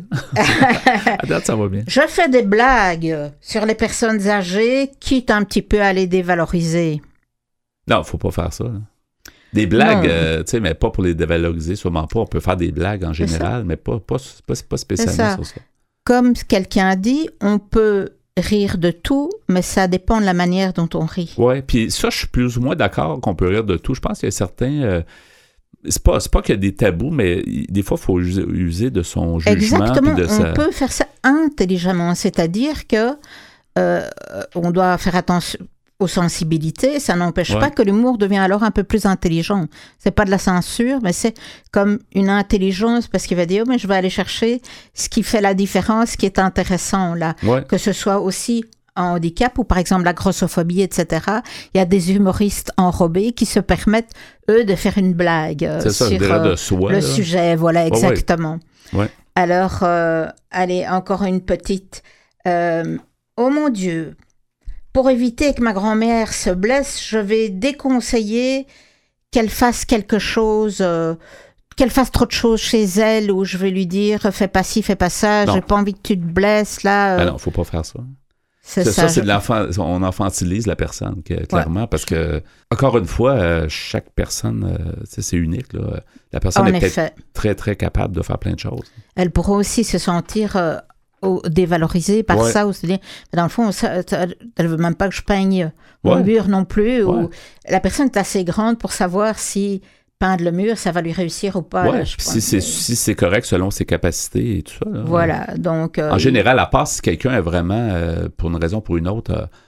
À date, ça va bien. Je fais des blagues sur les personnes âgées, quitte un petit peu à les dévaloriser. Non, faut pas faire ça. Là. Des blagues, euh, tu sais, mais pas pour les dévaloriser, sûrement pas. On peut faire des blagues en général, mais pas, pas, pas, pas spécialement ça. sur ça. Comme quelqu'un a dit, on peut rire de tout, mais ça dépend de la manière dont on rit. Oui, puis ça, je suis plus ou moins d'accord qu'on peut rire de tout. Je pense qu'il y a certains... Euh, C'est pas, c'est pas qu'il y a des tabous, mais des fois, il faut user, user de son jugement. Exactement, de on sa... peut faire ça intelligemment, c'est-à-dire que euh, on doit faire attention aux sensibilités, ça n'empêche ouais. pas que l'humour devient alors un peu plus intelligent. C'est pas de la censure, mais c'est comme une intelligence, parce qu'il va dire, oh, mais je vais aller chercher ce qui fait la différence, ce qui est intéressant, là. Ouais. Que ce soit aussi en handicap ou par exemple la grossophobie, et cetera. Il y a des humoristes enrobés qui se permettent, eux, de faire une blague c'est ça, sur euh, de soi, le là. sujet. Voilà, exactement. Oh, ouais. Ouais. Alors, euh, allez, encore une petite... Euh, oh mon Dieu, pour éviter que ma grand-mère se blesse, je vais déconseiller qu'elle fasse quelque chose... Euh, qu'elle fasse trop de choses chez elle, où je vais lui dire, fais pas ci, fais pas ça, non. J'ai pas envie que tu te blesses, là. Euh... Ben non, faut pas faire ça. C'est, c'est ça, ça, c'est je... de l'enfant, on infantilise la personne, que, clairement, ouais. Parce que, encore une fois, euh, chaque personne, euh, c'est unique. Là. La personne en est effet. peut-être très, très capable de faire plein de choses. Elle pourra aussi se sentir euh, au, dévalorisée par ouais. ça, ou se dire, dans le fond, ça, ça, elle veut même pas que je peigne mon ouais. mur non plus, ouais. Ou la personne est assez grande pour savoir si peindre le mur, ça va lui réussir ou pas. Ouais, là, je si, c'est, si c'est correct selon ses capacités et tout ça. Là, voilà, donc... Euh, en général, à part si quelqu'un est vraiment, euh, pour une raison ou pour une autre, euh,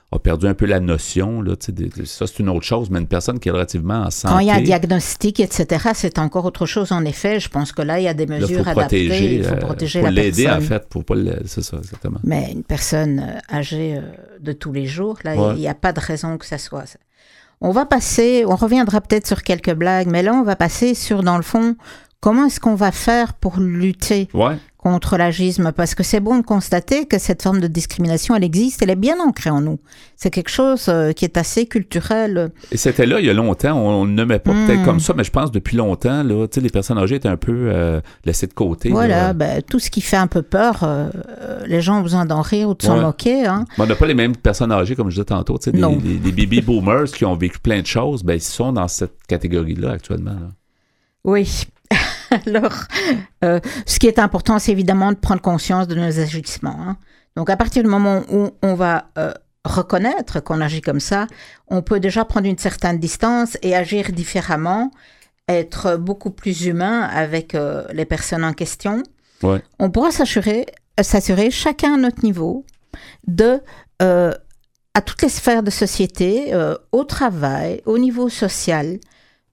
a perdu un peu la notion. Là, de, de, ça, c'est une autre chose, mais une personne qui est relativement en santé... Quand il y a un diagnostic, et cetera, c'est encore autre chose, en effet. Je pense que là, il y a des mesures là, faut adaptées. Protéger, il faut euh, protéger faut la l'aider, personne. en fait, pour pas le... C'est ça, exactement. Mais une personne âgée de tous les jours, là, ouais. il n'y a pas de raison que ça soit ça. On va passer, on reviendra peut-être sur quelques blagues, mais là, on va passer sur, dans le fond, comment est-ce qu'on va faire pour lutter ouais. contre l'agisme? Parce que c'est bon de constater que cette forme de discrimination, elle existe, elle est bien ancrée en nous. C'est quelque chose euh, qui est assez culturel. Et c'était là il y a longtemps, on ne met pas mmh. peut-être comme ça, mais je pense depuis longtemps, là, les personnes âgées étaient un peu euh, laissées de côté. Voilà, ben, tout ce qui fait un peu peur, euh, les gens ont besoin d'en rire ou de s'en ouais. moquer. Hein. On n'a pas les mêmes personnes âgées, comme je disais tantôt, des, non. des, des baby boomers qui ont vécu plein de choses, ben, ils sont dans cette catégorie-là actuellement. Là. Oui. Alors, euh, ce qui est important, c'est évidemment de prendre conscience de nos agissements. Hein. Donc, à partir du moment où on va euh, reconnaître qu'on agit comme ça, on peut déjà prendre une certaine distance et agir différemment, être beaucoup plus humain avec euh, les personnes en question. Ouais. On pourra s'assurer, s'assurer, chacun à notre niveau, de, euh, à toutes les sphères de société, euh, au travail, au niveau social,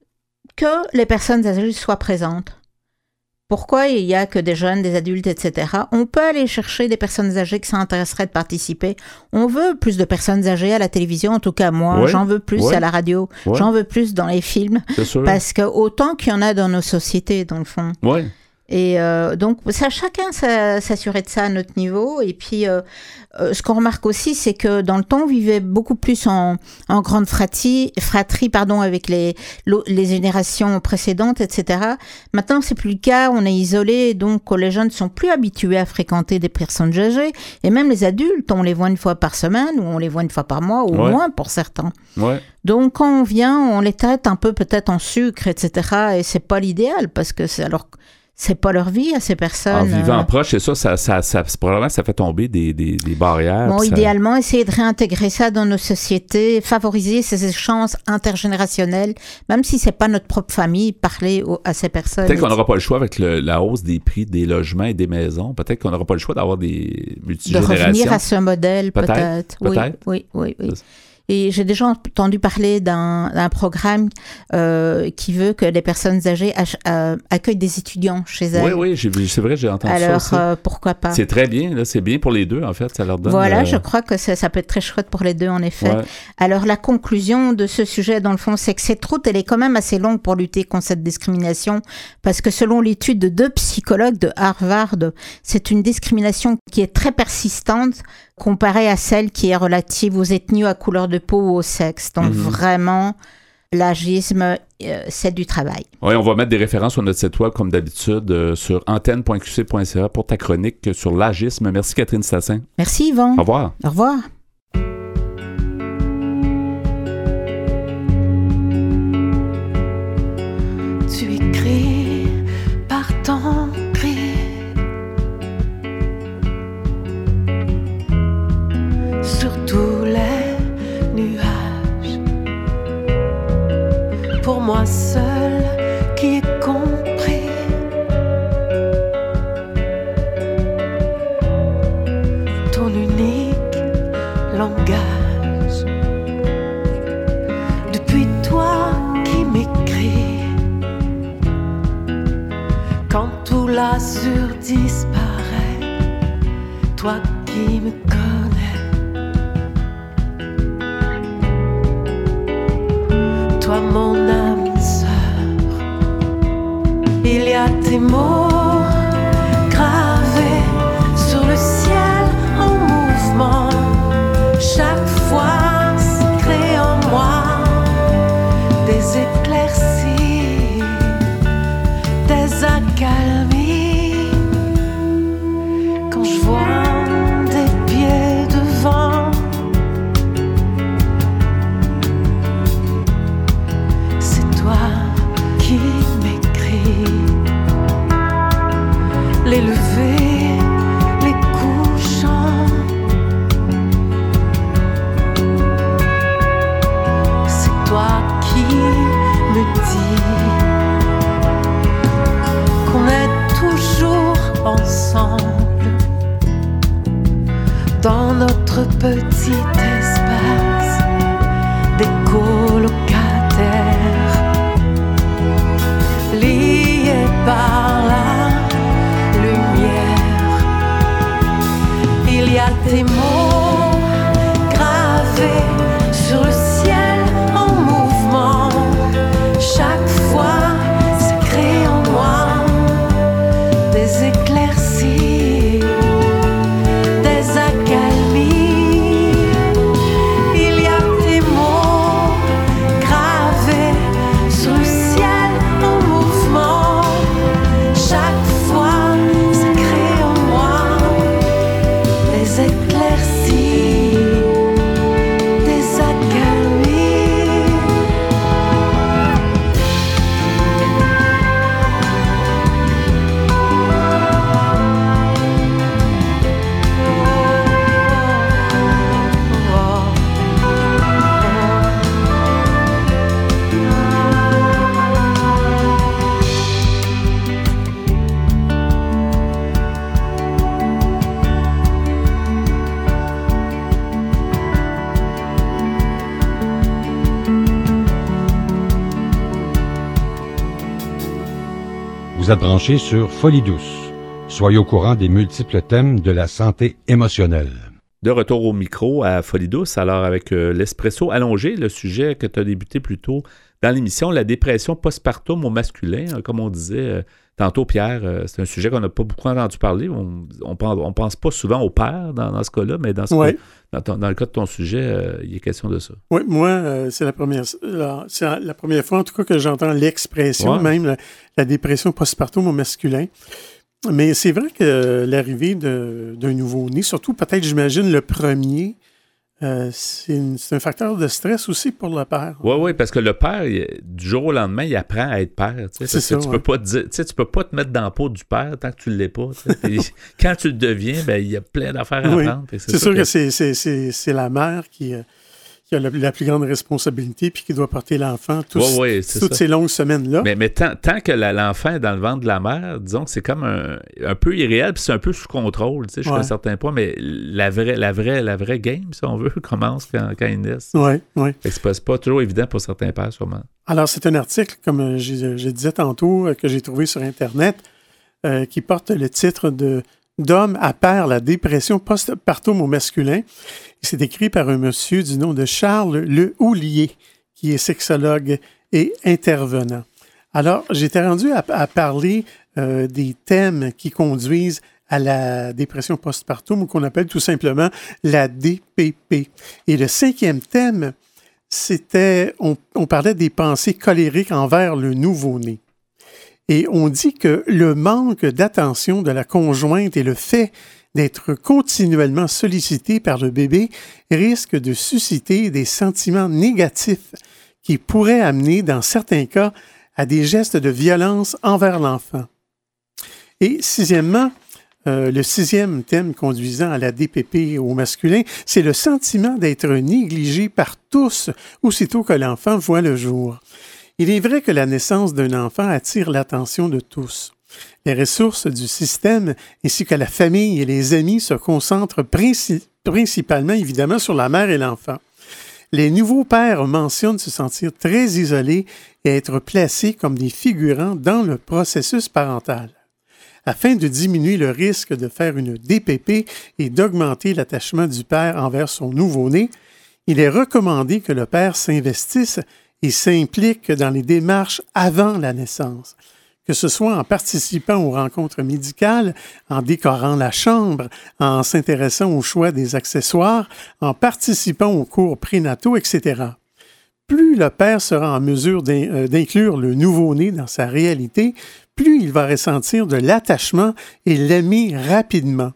que les personnes âgées soient présentes. Pourquoi il n'y a que des jeunes, des adultes, et cetera. On peut aller chercher des personnes âgées qui s'intéresseraient de participer. On veut plus de personnes âgées à la télévision, en tout cas moi. Ouais, j'en veux plus ouais, à la radio. Ouais. J'en veux plus dans les films. Parce que autant qu'il y en a dans nos sociétés, dans le fond. Ouais. Et euh, donc, ça, chacun s'assurait de ça à notre niveau. Et puis, euh, euh, ce qu'on remarque aussi, c'est que dans le temps, on vivait beaucoup plus en, en grande fratrie, fratrie pardon, avec les, les générations précédentes, et cetera. Maintenant, c'est plus le cas. On est isolé, donc les jeunes ne sont plus habitués à fréquenter des personnes âgées. Et même les adultes, on les voit une fois par semaine ou on les voit une fois par mois, au ouais. moins pour certains. Ouais. Donc, quand on vient, on les traite un peu peut-être en sucre, et cetera. Et c'est pas l'idéal parce que c'est alors... C'est pas leur vie à ces personnes. En vivant euh... proche, c'est ça, ça, ça, ça, probablement ça fait tomber des, des, des barrières. Bon, ça... idéalement, essayer de réintégrer ça dans nos sociétés, favoriser ces échanges intergénérationnels, même si c'est pas notre propre famille, parler au, à ces personnes. Peut-être qu'on n'aura pas le choix avec le, la hausse des prix des logements et des maisons. Peut-être qu'on n'aura pas le choix d'avoir des multigénérations. De revenir à ce modèle, peut-être. Peut-être. Oui, peut-être. oui, oui, oui. oui. Et j'ai déjà entendu parler d'un, d'un programme euh, qui veut que les personnes âgées ach- euh, accueillent des étudiants chez elles. Oui, oui, j'ai vu, c'est vrai, j'ai entendu Alors, ça aussi. Alors, euh, pourquoi pas? C'est très bien, là, c'est bien pour les deux, en fait, ça leur donne... Voilà, euh... je crois que ça, ça peut être très chouette pour les deux, en effet. Ouais. Alors, la conclusion de ce sujet, dans le fond, c'est que cette route, elle est quand même assez longue pour lutter contre cette discrimination, parce que selon l'étude de deux psychologues de Harvard, c'est une discrimination qui est très persistante, comparée à celle qui est relative aux ethnies, à couleur de peau ou au sexe. Donc, mmh. vraiment, l'agisme, euh, c'est du travail. Oui, on va mettre des références sur notre site web, comme d'habitude, euh, sur antenne point q c point c a pour ta chronique sur l'agisme. Merci, Catherine Stassin. Merci, Yvan. Au revoir. Au revoir. Tu écris par ton cri. Sur tous les nuages, pour moi seul qui ai compris ton unique langage. Depuis toi qui m'écris, quand tout l'azur disparaît, toi qui me connais. Toi mon âme sœur, il y a tes mots gravés sur le ciel en mouvement. Chaque fois se crée en moi des éclaircies, des accalmies. Quand je vois des pieds devant, qui m'écrit. Les levées, les couchants, c'est toi qui me dis qu'on est toujours ensemble dans notre petit espace. Vous êtes branchés sur Folie douce. Soyez au courant des multiples thèmes de la santé émotionnelle. De retour au micro à Folie douce, alors avec euh, l'espresso allongé, le sujet que tu as débuté plus tôt dans l'émission, la dépression postpartum au masculin, hein, comme on disait euh, tantôt, Pierre, euh, c'est un sujet qu'on n'a pas beaucoup entendu parler. On ne on pense pas souvent au père dans, dans ce cas-là, mais dans, ce ouais. cas, dans, ton, dans le cas de ton sujet, euh, il est question de ça. Oui, moi, euh, c'est la première la, c'est la première fois, en tout cas, que j'entends l'expression, ouais. même la, la dépression postpartum au masculin. Mais c'est vrai que l'arrivée de, d'un nouveau-né, surtout peut-être, j'imagine, le premier, euh, c'est, une, c'est un facteur de stress aussi pour le père. Oui, oui, parce que le père, il, du jour au lendemain, il apprend à être père. Tu sais, c'est ça, que tu, ouais. peux pas te dire, tu sais, tu peux pas te mettre dans la peau du père tant que tu ne l'es pas. Puis, quand tu le deviens, ben, il y a plein d'affaires à oui. apprendre. C'est, c'est sûr que, que c'est, c'est, c'est, c'est la mère qui... Euh, qui a la, la plus grande responsabilité puis qui doit porter l'enfant tous, ouais, ouais, toutes ça. ces longues semaines-là. Mais, mais tant, tant que la, l'enfant est dans le ventre de la mère, disons que c'est comme un, un peu irréel puis c'est un peu sous contrôle, tu sais, jusqu'à ouais. un certain point, mais la vraie, la vraie, la vraie game, si on veut, commence quand, quand ils naissent. Oui, oui. C'est pas, c'est pas toujours évident pour certains pères, sûrement. Alors, c'est un article, comme je, je disais tantôt, que j'ai trouvé sur Internet, euh, qui porte le titre de « D'homme à père, la dépression postpartum au masculin ». C'est écrit par un monsieur du nom de Charles Le Houlier, qui est sexologue et intervenant. Alors, j'étais rendu à, à parler euh, des thèmes qui conduisent à la dépression postpartum, ou qu'on appelle tout simplement la D P P. Et le cinquième thème, c'était, on, on parlait des pensées colériques envers le nouveau-né. Et on dit que le manque d'attention de la conjointe et le fait d'être continuellement sollicité par le bébé risque de susciter des sentiments négatifs qui pourraient amener, dans certains cas, à des gestes de violence envers l'enfant. Et sixièmement, euh, le sixième thème conduisant à la D P P au masculin, c'est le sentiment d'être négligé par tous aussitôt que l'enfant voit le jour. Il est vrai que la naissance d'un enfant attire l'attention de tous. Les ressources du système ainsi que la famille et les amis se concentrent princi- principalement, évidemment, sur la mère et l'enfant. Les nouveaux pères mentionnent se sentir très isolés et être placés comme des figurants dans le processus parental. Afin de diminuer le risque de faire une D P P et d'augmenter l'attachement du père envers son nouveau-né, il est recommandé que le père s'investisse et s'implique dans les démarches avant la naissance, que ce soit en participant aux rencontres médicales, en décorant la chambre, en s'intéressant au choix des accessoires, en participant aux cours prénataux, et cetera. Plus le père sera en mesure d'inclure le nouveau-né dans sa réalité, plus il va ressentir de l'attachement et l'aimer rapidement.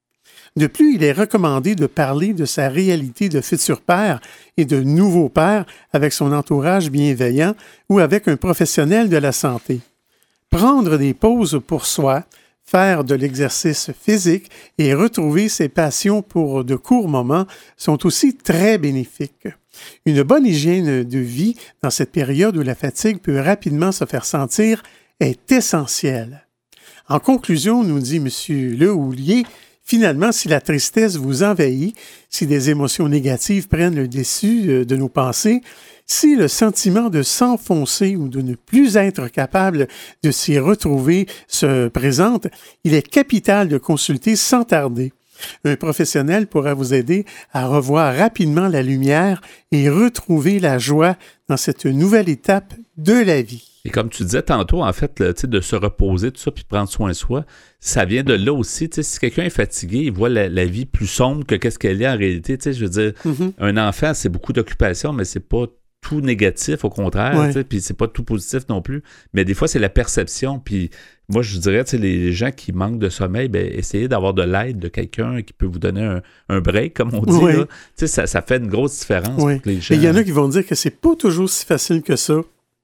De plus, il est recommandé de parler de sa réalité de futur père et de nouveau père avec son entourage bienveillant ou avec un professionnel de la santé. Prendre des pauses pour soi, faire de l'exercice physique et retrouver ses passions pour de courts moments sont aussi très bénéfiques. Une bonne hygiène de vie dans cette période où la fatigue peut rapidement se faire sentir est essentielle. En conclusion, nous dit M. Le Houlier, finalement, si la tristesse vous envahit, si des émotions négatives prennent le dessus de nos pensées, si le sentiment de s'enfoncer ou de ne plus être capable de s'y retrouver se présente, il est capital de consulter sans tarder. Un professionnel pourra vous aider à revoir rapidement la lumière et retrouver la joie dans cette nouvelle étape de la vie. Et comme tu disais tantôt, en fait, là, de se reposer, tout ça, puis prendre soin de soi, ça vient de là aussi. Si quelqu'un est fatigué, il voit la, la vie plus sombre que qu'est-ce qu'elle est en réalité. Je veux dire, mm-hmm. un enfant, c'est beaucoup d'occupation, mais c'est pas tout négatif, au contraire, ouais. Puis c'est pas tout positif non plus. Mais des fois, c'est la perception. Puis moi, je dirais, les gens qui manquent de sommeil, ben, essayez d'avoir de l'aide de quelqu'un qui peut vous donner un, un break, comme on dit. Oui. Là. Ça, ça fait une grosse différence oui. pour les gens. Il y en a qui vont dire que c'est pas toujours si facile que ça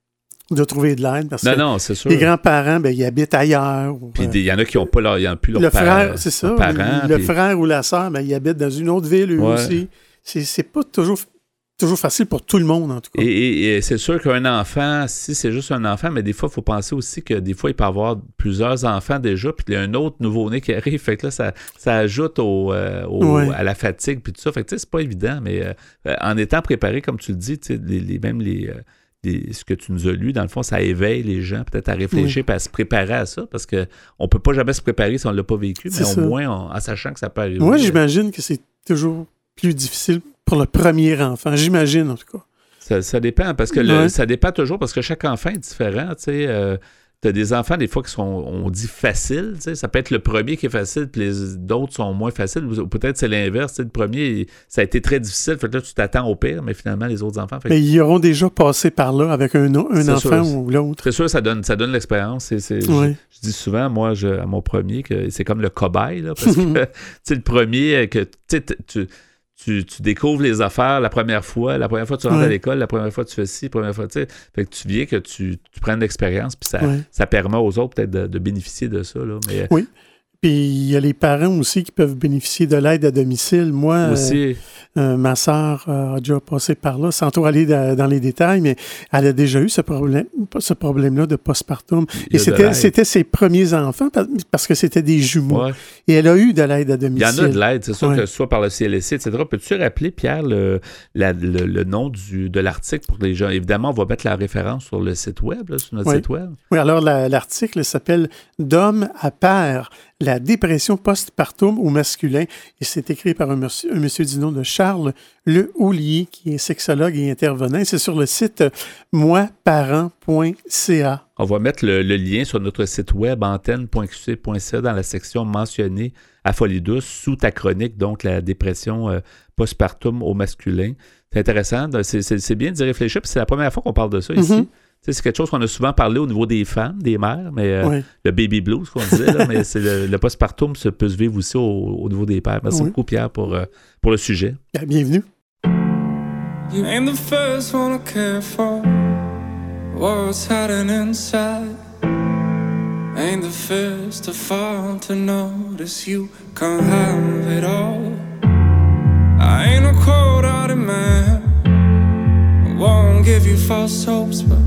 de trouver de l'aide, parce non, que non, c'est sûr. Les grands-parents, ben, ils habitent ailleurs. Puis il y en a qui n'ont pas leur, ils ont plus leurs le parents. Frère, c'est ça. Parents, le puis... frère ou la sœur, ben, ils habitent dans une autre ville, eux ouais. aussi. C'est, c'est pas toujours, toujours facile pour tout le monde, en tout cas. Et, et, et c'est sûr qu'un enfant, si c'est juste un enfant, mais des fois, il faut penser aussi que des fois, il peut y avoir plusieurs enfants déjà, puis il y a un autre nouveau-né qui arrive. Fait que là, ça, ça ajoute au, euh, au, ouais. à la fatigue, puis tout ça. Fait que c'est pas évident, mais euh, en étant préparé, comme tu le dis, les, les, même les... Euh, des, ce que tu nous as lu, dans le fond, ça éveille les gens peut-être à réfléchir et oui. à se préparer à ça, parce qu'on ne peut pas jamais se préparer si on ne l'a pas vécu, c'est mais ça. Au moins on, en sachant que ça peut arriver. Moi, j'imagine que c'est toujours plus difficile pour le premier enfant. J'imagine, en tout cas. Ça, ça dépend, parce que ouais. le, ça dépend toujours, parce que chaque enfant est différent, tu sais. Euh, tu as des enfants, des fois, qui sont, on dit faciles, tu sais. Ça peut être le premier qui est facile, puis les d'autres sont moins faciles. Ou peut-être c'est l'inverse, tu sais. Le premier, ça a été très difficile, fait que là, tu t'attends au pire, mais finalement, les autres enfants... Fait mais ils auront déjà passé par là avec un, un enfant sûr, ou l'autre. C'est sûr, ça donne, ça donne l'expérience. C'est, c'est, ouais. je, je dis souvent, moi, je, à mon premier, que c'est comme le cobaye, là, parce que, tu sais, le premier, que tu tu Tu, tu découvres les affaires la première fois. La première fois, tu rentres ouais. à l'école. La première fois, tu fais ci. La première fois, tu sais. Fait que tu viens que tu, tu prennes l'expérience. Puis ça, ouais. ça permet aux autres peut-être de, de bénéficier de ça. Là. Mais, oui. Puis il y a les parents aussi qui peuvent bénéficier de l'aide à domicile. Moi, aussi. Euh, euh, ma sœur euh, a déjà passé par là, sans trop aller da, dans les détails, mais elle a déjà eu ce problème, ce problème-là de postpartum. Et c'était, c'était ses premiers enfants parce que c'était des jumeaux. Ouais. Et elle a eu de l'aide à domicile. Il y en a de l'aide, c'est sûr, ouais. que ce soit par le C L S C, et cetera. Peux-tu rappeler, Pierre, le, la, le, le nom du, de l'article pour les gens? Évidemment, on va mettre la référence sur le site web, là, sur notre oui. site web. Oui, alors la, l'article s'appelle « D'homme à père ». La dépression postpartum au masculin. Et c'est écrit par un monsieur, un monsieur du nom de Charles Le Houlier, qui est sexologue et intervenant. C'est sur le site moi parent point c a. On va mettre le, le lien sur notre site web antenne point q c point c a dans la section mentionnée à Folie douce, sous ta chronique, donc la dépression euh, postpartum au masculin. C'est intéressant. C'est, c'est, c'est bien d'y réfléchir, puis c'est la première fois qu'on parle de ça ici. Mm-hmm. C'est quelque chose qu'on a souvent parlé au niveau des femmes, des mères, mais euh, oui. le baby blues qu'on disait, là, mais c'est le, le postpartum se peut se vivre aussi au, au niveau des pères. Merci oui. beaucoup, Pierre, pour, euh, pour le sujet. Bienvenue. You ain't the first one to care for what's hiding inside. Ain't the first to fall to notice you can't have it all. I ain't a cold-hearted man. Won't give you false hopes, but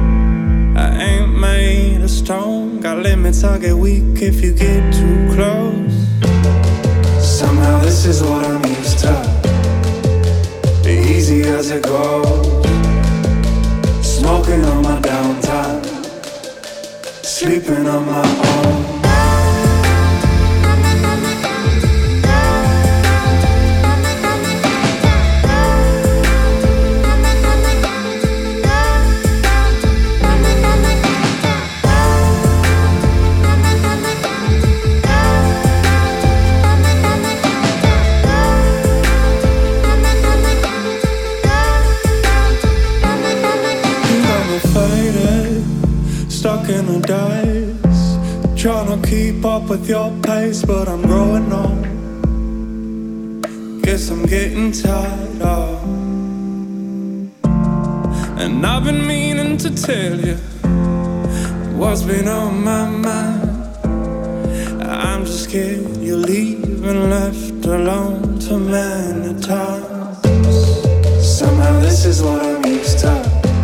I ain't made of stone. Got limits, I'll get weak if you get too close. Somehow this is what I'm used to, easy as it goes. Smoking on my downtime, sleeping on my own. Stuck in the dice, trying to keep up with your pace, but I'm growing on. Guess I'm getting tired of. And I've been meaning to tell you what's been on my mind. I'm just scared you're leaving, left alone too many times. Somehow this is what I'm used to,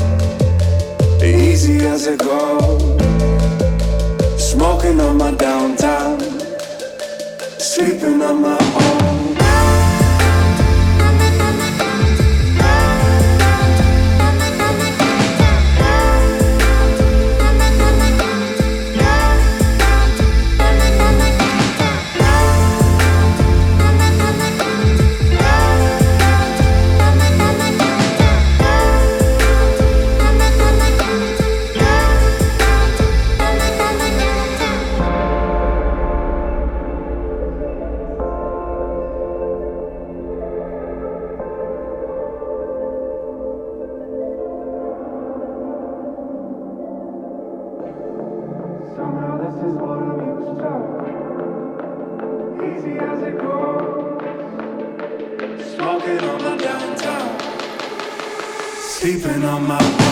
easy as it goes. Smoking on my downtime, sleeping on my own. Sleeping on my own.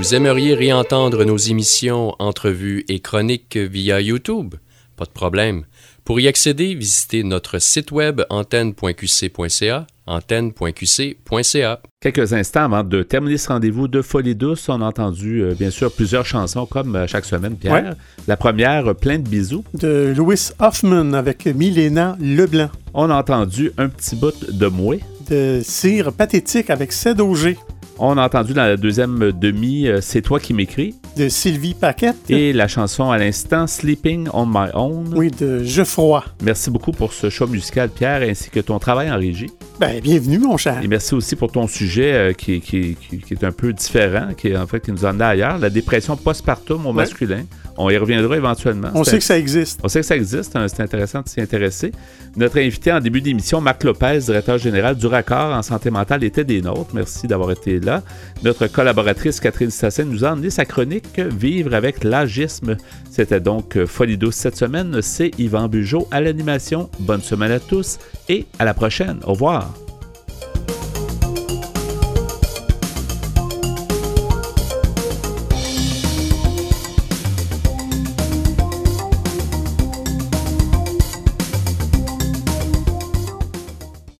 Vous aimeriez réentendre nos émissions, entrevues et chroniques via YouTube? Pas de problème. Pour y accéder, visitez notre site web antenne point q c point c a, antenne point q c point c a. Quelques instants avant de terminer ce rendez-vous de Folie douce, on a entendu euh, bien sûr plusieurs chansons comme euh, chaque semaine, Pierre. Ouais. La première, Plein de bisous. De Louis Hoffman avec Milena Leblanc. On a entendu Un petit bout de Mouais. De Cire Pathétique avec Ced Auger. On a entendu dans la deuxième demi euh, C'est toi qui m'écris. De Sylvie Paquette. Et la chanson à l'instant Sleeping on My Own. Oui, de Geoffroy. Merci beaucoup pour ce choix musical, Pierre, ainsi que ton travail en régie. Ben, bienvenue, mon cher. Et merci aussi pour ton sujet euh, qui, qui, qui, qui est un peu différent, qui, en fait, qui nous emmène ailleurs, la dépression postpartum au ouais. masculin. On y reviendra éventuellement. On c'est sait un... que ça existe. On sait que ça existe. C'est intéressant de s'y intéresser. Notre invité en début d'émission, Marc Lopez, directeur général du Raccord en santé mentale, était des nôtres. Merci d'avoir été là. Notre collaboratrice, Catherine Stassin, nous a emmené sa chronique « Vivre avec l'agisme ». C'était donc Folie douce cette semaine. C'est Yvan Bugeaud à l'animation. Bonne semaine à tous et à la prochaine. Au revoir.